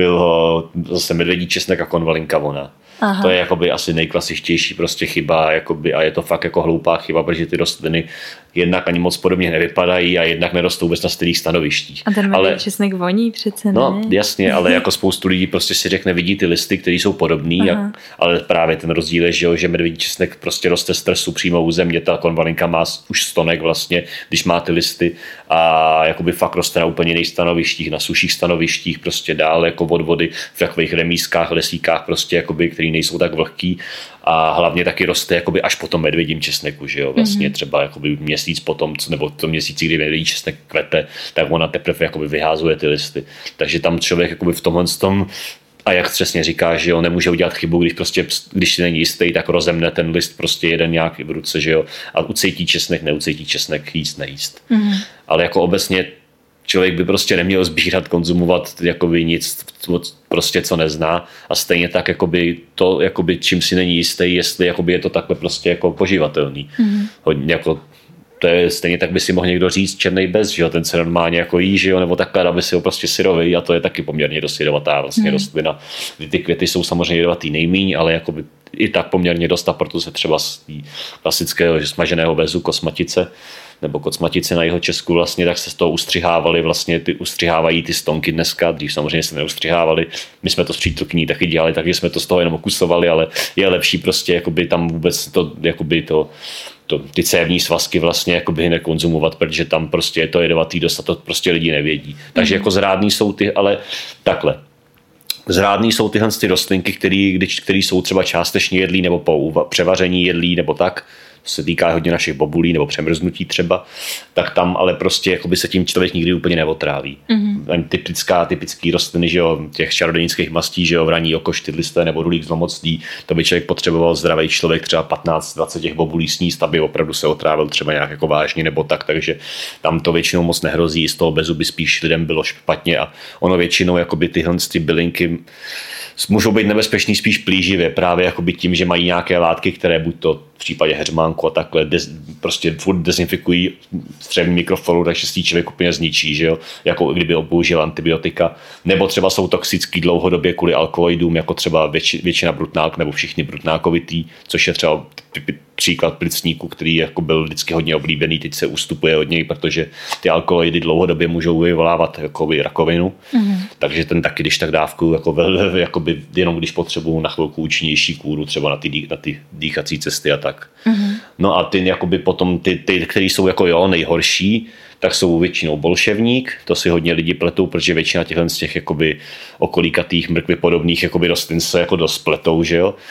byl zase medvědí česnek a konvalinka vona. Aha. To je jakoby asi nejklasičtější prostě chyba jakoby, a je to fakt jako hloupá chyba, protože ty rostliny jednak ani moc podobně nevypadají a jednak nerostou vůbec na stejných stanovištích. A ten medvědí česnek voní přece, ne? No jasně, ale jako spoustu lidí prostě si řekne, vidí ty listy, které jsou podobný, jak, ale právě ten rozdíl je, že, že medvědí česnek prostě roste z trsu přímo u země, ta konvalinka má už stonek vlastně, když má ty listy a jakoby fakt roste na úplně jiných stanovištích, na suších stanovištích, prostě dál jako od vody v takových remískách, lesíkách prostě jakoby, který nejsou tak vlhký a hlavně taky roste jakoby až po tom medvědím česneku, že jo, vlastně mm-hmm. třeba jakoby měsíc potom, nebo to měsíci, kdy medvědí česnek kvete, tak ona teprve jakoby vyházuje ty listy. Takže tam člověk jakoby v tomhle tom, a jak přesně říká, že jo, nemůže udělat chybu, když prostě, když si není jistý, tak rozemne ten list prostě jeden nějaký v ruce, že jo, a ucítí česnek, neucítí česnek, jíst, nejíst. Mm-hmm. Ale jako obecně člověk by prostě neměl sbírat, konzumovat jakoby nic, prostě co nezná, a stejně tak jakoby to, jakoby, čím si není jistý, jestli jakoby je to takhle prostě jako poživatelný. Mm-hmm. Hodně jako to je stejně tak by si mohl někdo říct černý bez, že jo, ten se normálně jako jí, že jo, nebo takhle, aby si ho prostě syrový, a to je taky poměrně dost jedovatá vlastně mm. rostlina. Ty květy jsou samozřejmě jedovatý nejmíň, ale jakoby i tak poměrně dost, a proto se třeba z klasického smaženého bezu kosmatice nebo kocmatice na jeho Česku vlastně, tak se z toho ustřihávaly vlastně, ty ustřihávají ty stonky dneska, dřív samozřejmě se neustřihávali, my jsme to s přítelkyní taky dělali, takže jsme to z toho jenom okusovali, ale je lepší prostě jakoby tam vůbec to, jakoby to To, ty cévní svazky vlastně jakoby nekonzumovat, protože tam prostě je to jedovatý dost a to prostě lidi nevědí. Takže mm. jako zrádný jsou ty, ale takhle. Zrádný jsou tyhle ty rostlinky, které jsou třeba částečně jedlí nebo po převaření jedlí nebo tak, to se týká hodně našich bobulí nebo přemrznutí třeba, tak tam ale prostě jakoby se tím člověk nikdy úplně neotráví. Mm-hmm. Typická, typický rostliny, že jo, těch čarodějnických mastí, že jo, vraní oko, štydlisté nebo rulík zlomocný, to by člověk potřeboval, zdravý člověk třeba patnáct dvacet těch bobulí sníst, aby opravdu se otrávil třeba nějak jako vážně nebo tak, takže tam to většinou moc nehrozí, z toho bezu by spíš lidem bylo špatně, a ono většinou jakoby tyhle ty bylinky můžou být nebezpečný spíš plíživě, právě jakoby tím, že mají nějaké látky, které buď to v případě heřmánku a takhle dez, prostě furt dezinfikují střevní mikrofloru, takže si člověk úplně zničí, že jo? Jako kdyby použil antibiotika, nebo třeba jsou toxický dlouhodobě kvůli alkaloidům, jako třeba věč, většina brutnák nebo všichni brutnákovitý, což je třeba příklad plicníku, který jako byl vždycky hodně oblíbený, teď se ustupuje od něj, protože ty alkaloidy dlouhodobě můžou vyvolávat jakoby rakovinu, mm-hmm. takže ten taky, když tak dávku, jako, jakoby, jenom když potřebuju na chvilku účinnější kůru, třeba na ty, na ty dýchací cesty a tak. Mm-hmm. No a ty jakoby potom, ty, ty které jsou jako jo, nejhorší, tak jsou většinou bolševník, to si hodně lidi pletou, protože většina těchto z těch jakoby okolíkatých mrkvy podobných jakoby rostlin se jako dost pletou, že jo.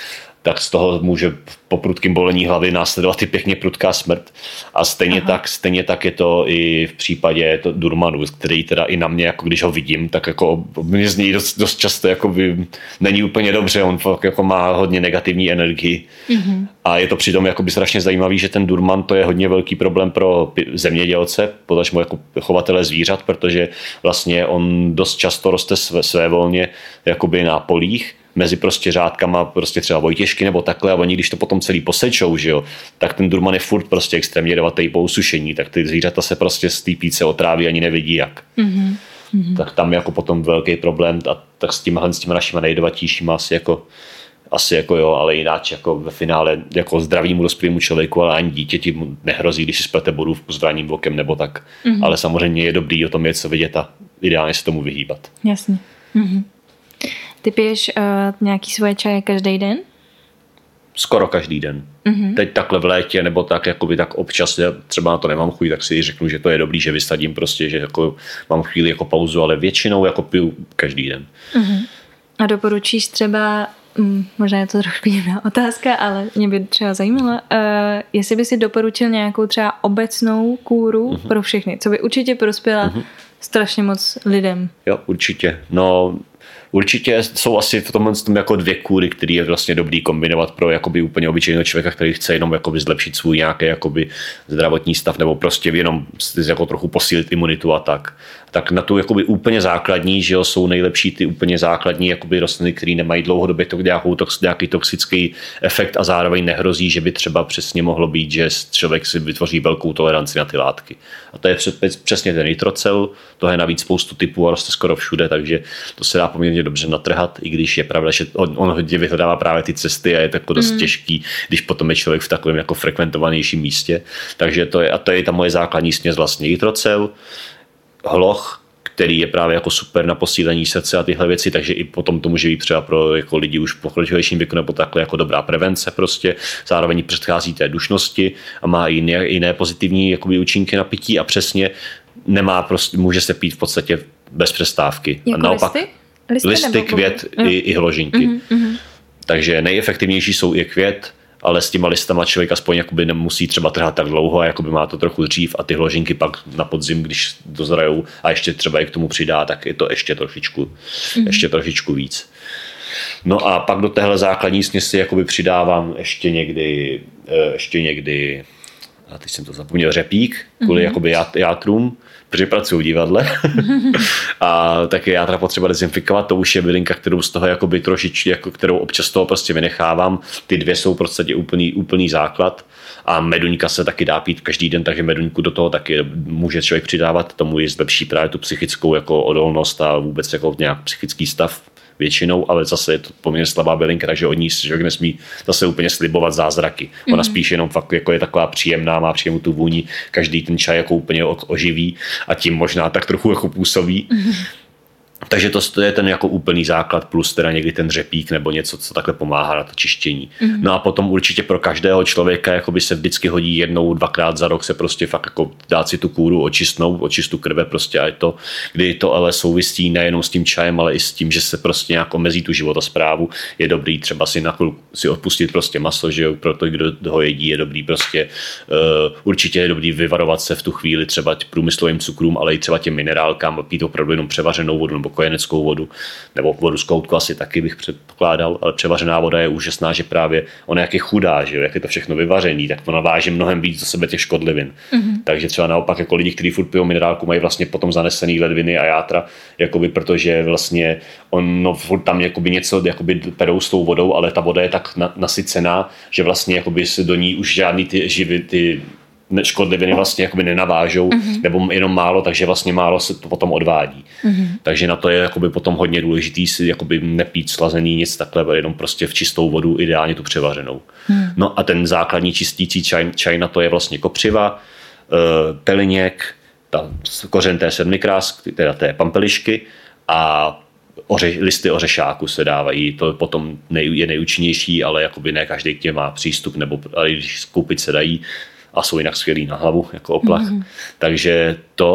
tak z toho může po prudkým bolení hlavy následovat i pěkně prudká smrt. A stejně tak, stejně tak je to i v případě to Durmanu, který teda i na mě, jako když ho vidím, tak jako mě z něj dost, dost často jako by není úplně dobře, on fakt jako má hodně negativní energii. Mm-hmm. A je to přitom jako by strašně zajímavý, že ten Durman to je hodně velký problém pro zemědělce, potažmo jako chovatele zvířat, protože vlastně on dost často roste své, svévolně jakoby na polích, mezi prostě řádkama prostě třeba vojtěžky nebo takhle a oni když to potom celý posečou, že jo, tak ten Durman je furt prostě extrémně jedovatý po usušení, tak ty zvířata se prostě z té píce otráví ani nevidí jak. Mm-hmm. Tak tam je jako potom velký problém a tak s těma, s těma našima nejjedovatějšíma asi jako asi jako jo, ale jináč jako ve finále jako zdravýmu dospělému člověku, ale ani dítěti mu nehrozí, když si splete borůvku s zraným vokem nebo tak. Mm-hmm. Ale samozřejmě je dobrý o tom něco vidět a ideálně se tomu vyhýbat. Jasně. Mm-hmm. Ty piješ uh, nějaký svoje čaje každý den? Skoro každý den. Mm-hmm. Teď takhle v létě nebo tak, jakoby tak občas, já třeba na to nemám chuť, tak si řeknu, že to je dobrý, že vysadím prostě, že jako mám chvíli jako pauzu, ale většinou jako piju každý den. Mm-hmm. A doporučíš třeba, hm, možná je to trošku jiná otázka, ale mě by třeba zajímalo, uh, jestli by si doporučil nějakou třeba obecnou kůru mm-hmm. pro všechny, co by určitě prospěla mm-hmm. strašně moc lidem. Jo, určitě. No, určitě jsou asi v tomhle tom jako dvě kůry, které je vlastně dobrý kombinovat pro jakoby úplně obyčejného člověka, který chce jenom jakoby zlepšit svůj nějaký jakoby zdravotní stav nebo prostě jenom jako trochu posílit imunitu a tak. Tak na tu jakoby úplně základní, že jo, jsou nejlepší ty úplně základní jakoby rostliny, které nemají dlouhodobě to nějakou tox, nějaký toxický efekt a zároveň nehrozí, že by třeba přesně mohlo být, že člověk si vytvoří velkou toleranci na ty látky. A to je přesně ten nitrocel, to je navíc spoustu typů a roste skoro všude, takže to se dá poměrně dobře natrhat, i když je pravda, že on, on hodně vyhledává právě ty cesty a je to jako dost mm. těžký, když potom je člověk v takovém jako frekventovanějším místě. Takže to je, a to je ta moje základní směs vlastně nitrocel, hloch, který je právě jako super na posílení srdce a tyhle věci, takže i potom to může být třeba pro jako lidi už v pokročilejším věku nebo takhle jako dobrá prevence prostě. Zároveň předchází té dušnosti a má i jiné, jiné pozitivní jakoby účinky na pití a přesně nemá prostě, může se pít v podstatě bez přestávky. Jako a naopak listy? Listy, listy květ i, i hložinky. Mm-hmm, mm-hmm. Takže nejefektivnější jsou i květ, ale s těma listama člověk aspoň jakoby nemusí třeba trhat tak dlouho a jakoby má to trochu dřív a ty hložinky pak na podzim, když dozrajou a ještě třeba i k tomu přidá, tak je to ještě trošičku, mm-hmm. ještě trošičku víc. No a pak do téhle základní směsi jakoby přidávám ještě někdy, ještě někdy, a teď jsem to zapomněl, řepík, kvůli mm-hmm. jakoby játrům, protože pracuji v divadle a taky játra potřeba dezinfikovat, to už je bylinka, kterou z toho jakoby trošič, jako kterou občas toho prostě vynechávám. Ty dvě jsou v podstatě úplný, úplný základ a meduňka se taky dá pít každý den, takže meduňku do toho taky může člověk přidávat, tomu je zlepší právě tu psychickou jako odolnost a vůbec jako nějak psychický stav většinou, ale zase je to poměrně slabá bylinka, takže od ní člověk nesmí zase úplně slibovat zázraky. Ona mm-hmm. spíš jenom fakt jako je taková příjemná, má příjemnou tu vůni, každý ten čaj jako úplně oživí a tím možná tak trochu jako působí. Mm-hmm. Takže to je ten jako úplný základ plus teda někdy ten řepík nebo něco, co takhle pomáhá na to čištění. Mm-hmm. No a potom určitě pro každého člověka jakoby se vždycky hodí jednou, dvakrát za rok se prostě fakt jako dát si tu kůru očistnout, očistu krve prostě a je to, kdy to ale souvisí nejenom s tím čajem, ale i s tím, že se prostě nějak omezí tu životosprávu. Je dobrý třeba si na chvilku si odpustit prostě maso, že jo, pro to, kdo ho jedí, je dobrý prostě uh, určitě je dobrý vyvarovat se v tu chvíli třeba průmyslovým cukrům, ale i třeba těm minerálkám, pít opravdu jenom převařenou vodu nebo kojeneckou vodu, nebo vodu z koutku asi taky bych předpokládal, ale převařená voda je úžasná, že právě ona jak je chudá, že jo, jak je to všechno vyvařený, tak ona váží mnohem víc do sebe těch škodlivin. Mm-hmm. Takže třeba naopak jako lidi, kteří furt pijou minerálku, mají vlastně potom zanesený ledviny a játra, jakoby, protože vlastně on no, furt tam jakoby něco jakoby perou s tou vodou, ale ta voda je tak na, nasycená, že vlastně jakoby se do ní už žádný ty živy, ty škodliviny vlastně jakoby nenavážou, mm-hmm. nebo jenom málo, takže vlastně málo se to potom odvádí. Mm-hmm. Takže na to je jakoby potom hodně důležitý si jakoby nepít slazený nic takhle, jenom prostě v čistou vodu, ideálně tu převařenou. Mm. No a ten základní čistící čaj, čaj na to je vlastně kopřiva, peliněk, ta kořen té sedmikrásky, teda té pampelišky a Oře, listy ořešáku se dávají, to potom nej, je nejúčinnější, ale jakoby ne každý k těm má přístup, nebo ale když koupit se dají, a jsou jinak skvělý na hlavu, jako oplach. Mm-hmm. Takže to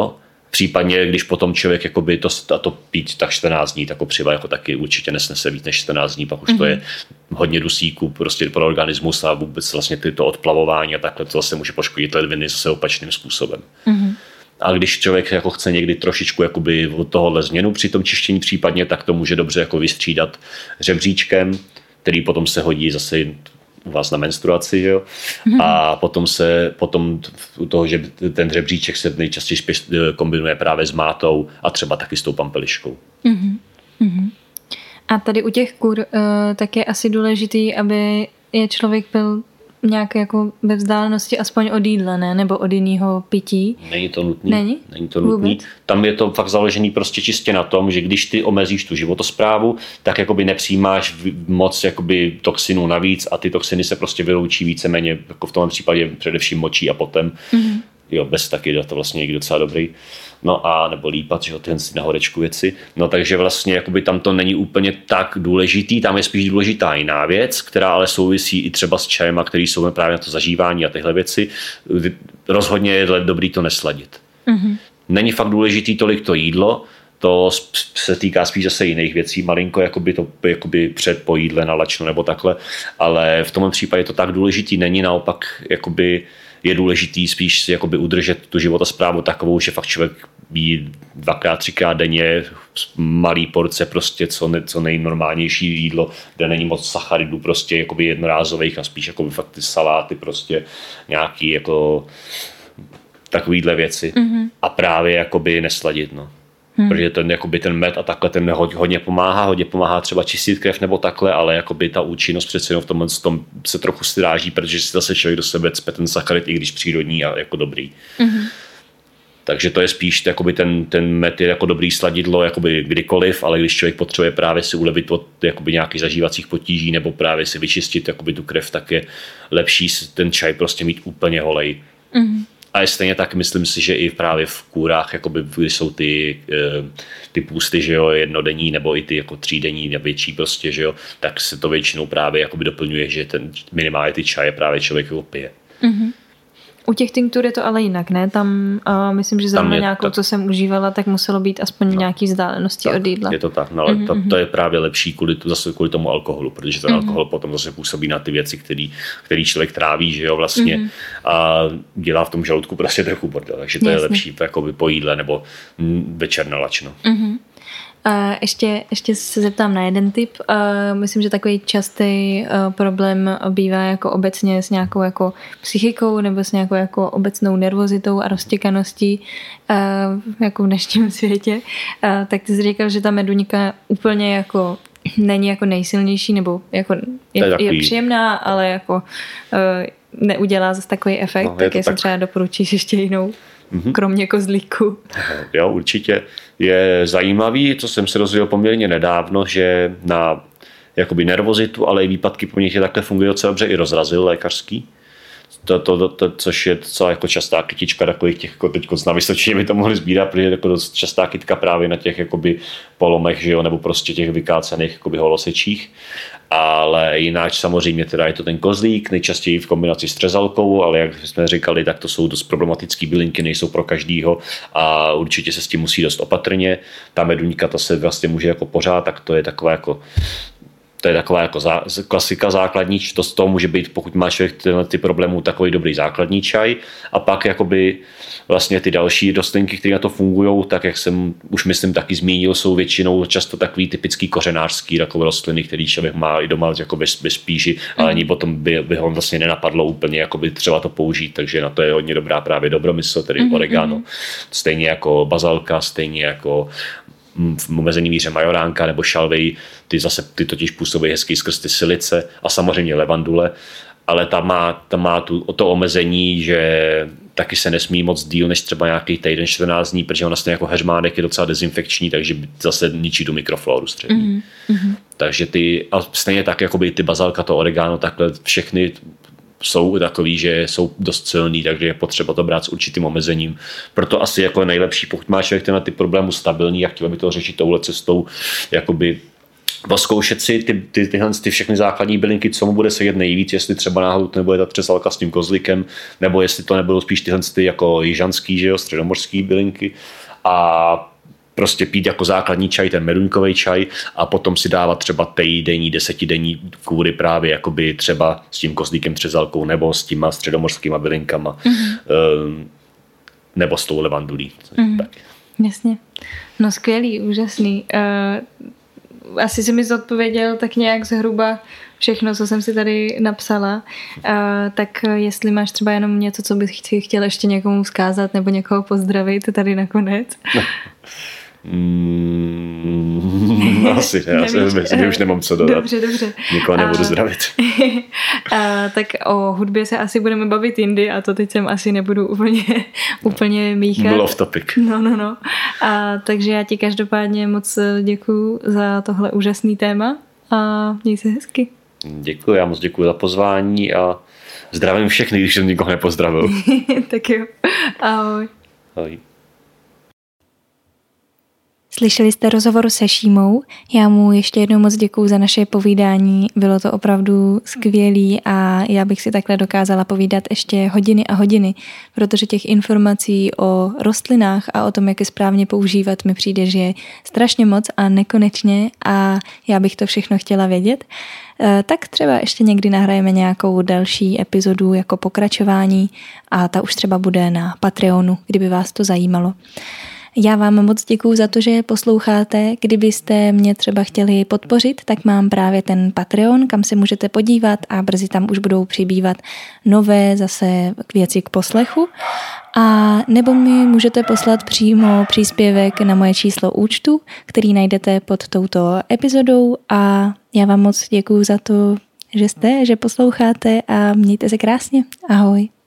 Případně, když potom člověk jakoby to, a to pít tak čtrnáct dní, tak opřiva jako taky určitě nesnese víc než čtrnáct dní, pak už mm-hmm. to je hodně dusíků prostě pro organismus a vůbec vlastně to odplavování a takhle to zase může poškodit ledviny zase opačným způsobem. Mm-hmm. A když člověk jako chce někdy trošičku jakoby od tohohle změnu při tom čištění případně, tak to může dobře jako vystřídat řebříčkem, který potom se hodí zase u vás na menstruaci, jo? Mm-hmm. A potom se, potom u toho, že ten řebříček se nejčastěji kombinuje právě s mátou a třeba taky s tou pampeliškou. Mm-hmm. A tady u těch kur uh, tak je asi důležitý, aby je člověk byl nějak jako ve vzdálenosti aspoň od jídla, ne? Nebo od jiného pití. Není to nutný. Není? Není to nutný. Tam je to fakt založený prostě čistě na tom, že když ty omezíš tu životosprávu, tak jakoby nepřijímáš moc jakoby toxinů navíc a ty toxiny se prostě vyloučí víceméně, jako v tom případě především močí a potem. Mm-hmm. Jo, bez taky je to vlastně někdy docela dobrý. No a nebo lípat, že jo, tyhle na horečku věci. No takže vlastně jakoby tam to není úplně tak důležitý, tam je spíš důležitá jiná věc, která ale souvisí i třeba s čajem, a který jsou právě na to zažívání a tyhle věci. Rozhodně je dobrý to nesladit. Mm-hmm. Není fakt důležitý tolik to jídlo, to se týká spíš zase jiných věcí, malinko jakoby to jakoby před po jídle na lačno nebo takhle, ale v tomhle případě to tak důležitý není, naopak jakoby je důležitý spíš si jakoby udržet tu životosprávu takovou, že fakt člověk jí dvakrát, třikrát denně, malý porce, prostě co, ne, co nejnormálnější jídlo, kde není moc sacharidů, prostě jakoby jednorázových a spíš jakoby fakt ty saláty, prostě nějaký jako takovýhle věci. Mm-hmm. A právě jakoby nesladit, no. Hmm. Protože ten, jakoby ten med a takhle ten hodně pomáhá, hodně pomáhá třeba čistit krev nebo takhle, ale jakoby ta účinnost přece jenom v tomhle tom se trochu stráží, protože si zase člověk do sebe cpe ten sacharid, i když přírodní a jako dobrý. Hmm. Takže to je spíš jakoby ten, ten med je jako dobrý sladidlo jakoby kdykoliv, ale když člověk potřebuje právě si ulevit od jakoby nějakých zažívacích potíží nebo právě si vyčistit jakoby tu krev, tak je lepší ten čaj prostě mít úplně holej. Hmm. A stejně tak myslím si, že i právě v kůrách, jakoby, kdy jsou ty, ty půsty, že jo, jednodenní nebo i ty jako třídenní větší prostě, že jo, tak se to většinou právě jakoby doplňuje, že ten minimálně ty čaje právě člověk jako pije. Mm-hmm. U těch tinktur je to ale jinak, ne? Tam uh, myslím, že zrovna nějakou, tak, co jsem užívala, tak muselo být aspoň no, nějaký vzdálenosti tak, od jídla. Je to tak, no ale mm-hmm. to, to je právě lepší kvůli, zase kvůli tomu alkoholu, protože ten mm-hmm. alkohol potom zase působí na ty věci, který, který člověk tráví, že jo, vlastně mm-hmm. a dělá v tom žaludku prostě trochu bordel, takže to Jasně. je lepší jakoby po jídle nebo večer na lačno. Mm-hmm. Uh, ještě, ještě se zeptám na jeden tip. Uh, myslím, že takový častý uh, problém bývá jako obecně s nějakou jako psychikou nebo s nějakou jako obecnou nervozitou a roztěkaností uh, jako v dnešním světě. Uh, tak ty jsi říkal, že ta meduňka úplně jako není jako nejsilnější nebo jako je, je, je příjemná, ale jako uh, neudělá zase takový efekt. No, tak jestli tak... třeba doporučíš ještě jinou. Mm-hmm. Kromě kozlíku. Jo, určitě. Je zajímavý, co jsem se dozvěděl poměrně nedávno, že na jakoby nervozitu, ale i výpadky paměti takhle funguje docela dobře i rozrazil lékařský. To, to, to, to, což je docela jako častá kytička takových těch, jako teď na Vysočině by to mohli sbírat, protože je jako dost častá kytka právě na těch jakoby polomech, že jo, nebo prostě těch vykácených jakoby holosečích. Ale jinak samozřejmě teda je to ten kozlík, nejčastěji v kombinaci s třezalkou, ale jak jsme říkali, tak to jsou dost problematické bylinky, nejsou pro každýho a určitě se s tím musí dost opatrně. Ta meduňka, ta se vlastně může jako pořád, tak to je taková jako To je taková jako zá, klasika základní, to z toho může být, pokud má člověk tyhle ty problémů, takový dobrý základní čaj. A pak jakoby vlastně ty další rostlinky, které na to fungují, tak jak jsem už myslím taky zmínil, jsou většinou často takový typický kořenářský takové rostliny, který člověk má i doma jako bez, bez píži, mm. ale ani potom by, by ho vlastně nenapadlo úplně jakoby třeba to použít, takže na to je hodně dobrá právě dobromysl, tedy mm. oregano. Stejně jako bazalka, stejně jako v omezený míře majoránka nebo šalvej, ty zase ty totiž působí hezky skrz ty silice a samozřejmě levandule, ale ta má, ta má tu, o to omezení, že taky se nesmí moc díl než třeba nějaký týden, čtrnáct dní, protože ona stejně jako heřmánek je docela dezinfekční, takže zase ničí tu mikrofloru střední. Mm-hmm. Takže ty, a stejně tak jakoby ty bazalka, to oregano, takhle všechny jsou takový, že jsou dost silný, takže je potřeba to brát s určitým omezením. Proto asi jako nejlepší, pokud má člověk na ty problémy stabilní a chtěl by to řešit touhle cestou, jakoby zkoušet si ty, ty, tyhle ty všechny základní bylinky, co mu bude sedět nejvíc, jestli třeba náhodou to nebude ta třesalka s tím kozlikem, nebo jestli to nebudou spíš tyhle ty jako jižanský, že jo, středomořský bylinky. a prostě pít jako základní čaj, ten meduňkový čaj a potom si dávat třeba týdenní, desetidenní kůry právě jakoby třeba s tím kozlíkem třezalkou nebo s těma středomorskýma bylinkama mm-hmm. nebo s tou levandulí. Mm-hmm. Tak. Jasně. No skvělý, úžasný. Uh, asi si mi zodpověděl tak nějak zhruba všechno, co jsem si tady napsala. Uh, tak jestli máš třeba jenom něco, co bych chtěl ještě někomu vzkázat nebo někoho pozdravit tady nakonec. No. Mm, asi ne, asi myslím, že už nemám co dodat. Dobře, dobře. Nikoho nebudu a, zdravit. A, tak o hudbě se asi budeme bavit jindy a to teď jsem asi nebudu úplně, úplně míchat. Byl off topic. No, no, no. A, takže já ti každopádně moc děkuju za tohle úžasný téma a měj se hezky. Děkuji, já moc děkuji za pozvání a zdravím všechny, když jsem nikoho nepozdravil. Tak jo. Ahoj. Ahoj. Slyšeli jste rozhovor se Šímou, já mu ještě jednou moc děkuju za naše povídání, bylo to opravdu skvělý a já bych si takhle dokázala povídat ještě hodiny a hodiny, protože těch informací o rostlinách a o tom, jak je správně používat, mi přijde, že je strašně moc a nekonečně a já bych to všechno chtěla vědět. Tak třeba ještě někdy nahrajeme nějakou další epizodu jako pokračování a ta už třeba bude na Patreonu, kdyby vás to zajímalo. Já vám moc děkuju za to, že posloucháte. Kdybyste mě třeba chtěli podpořit, tak mám právě ten Patreon, kam se můžete podívat a brzy tam už budou přibývat nové zase věci k poslechu. A nebo mi můžete poslat přímo příspěvek na moje číslo účtu, který najdete pod touto epizodou a já vám moc děkuju za to, že jste, že posloucháte a mějte se krásně. Ahoj.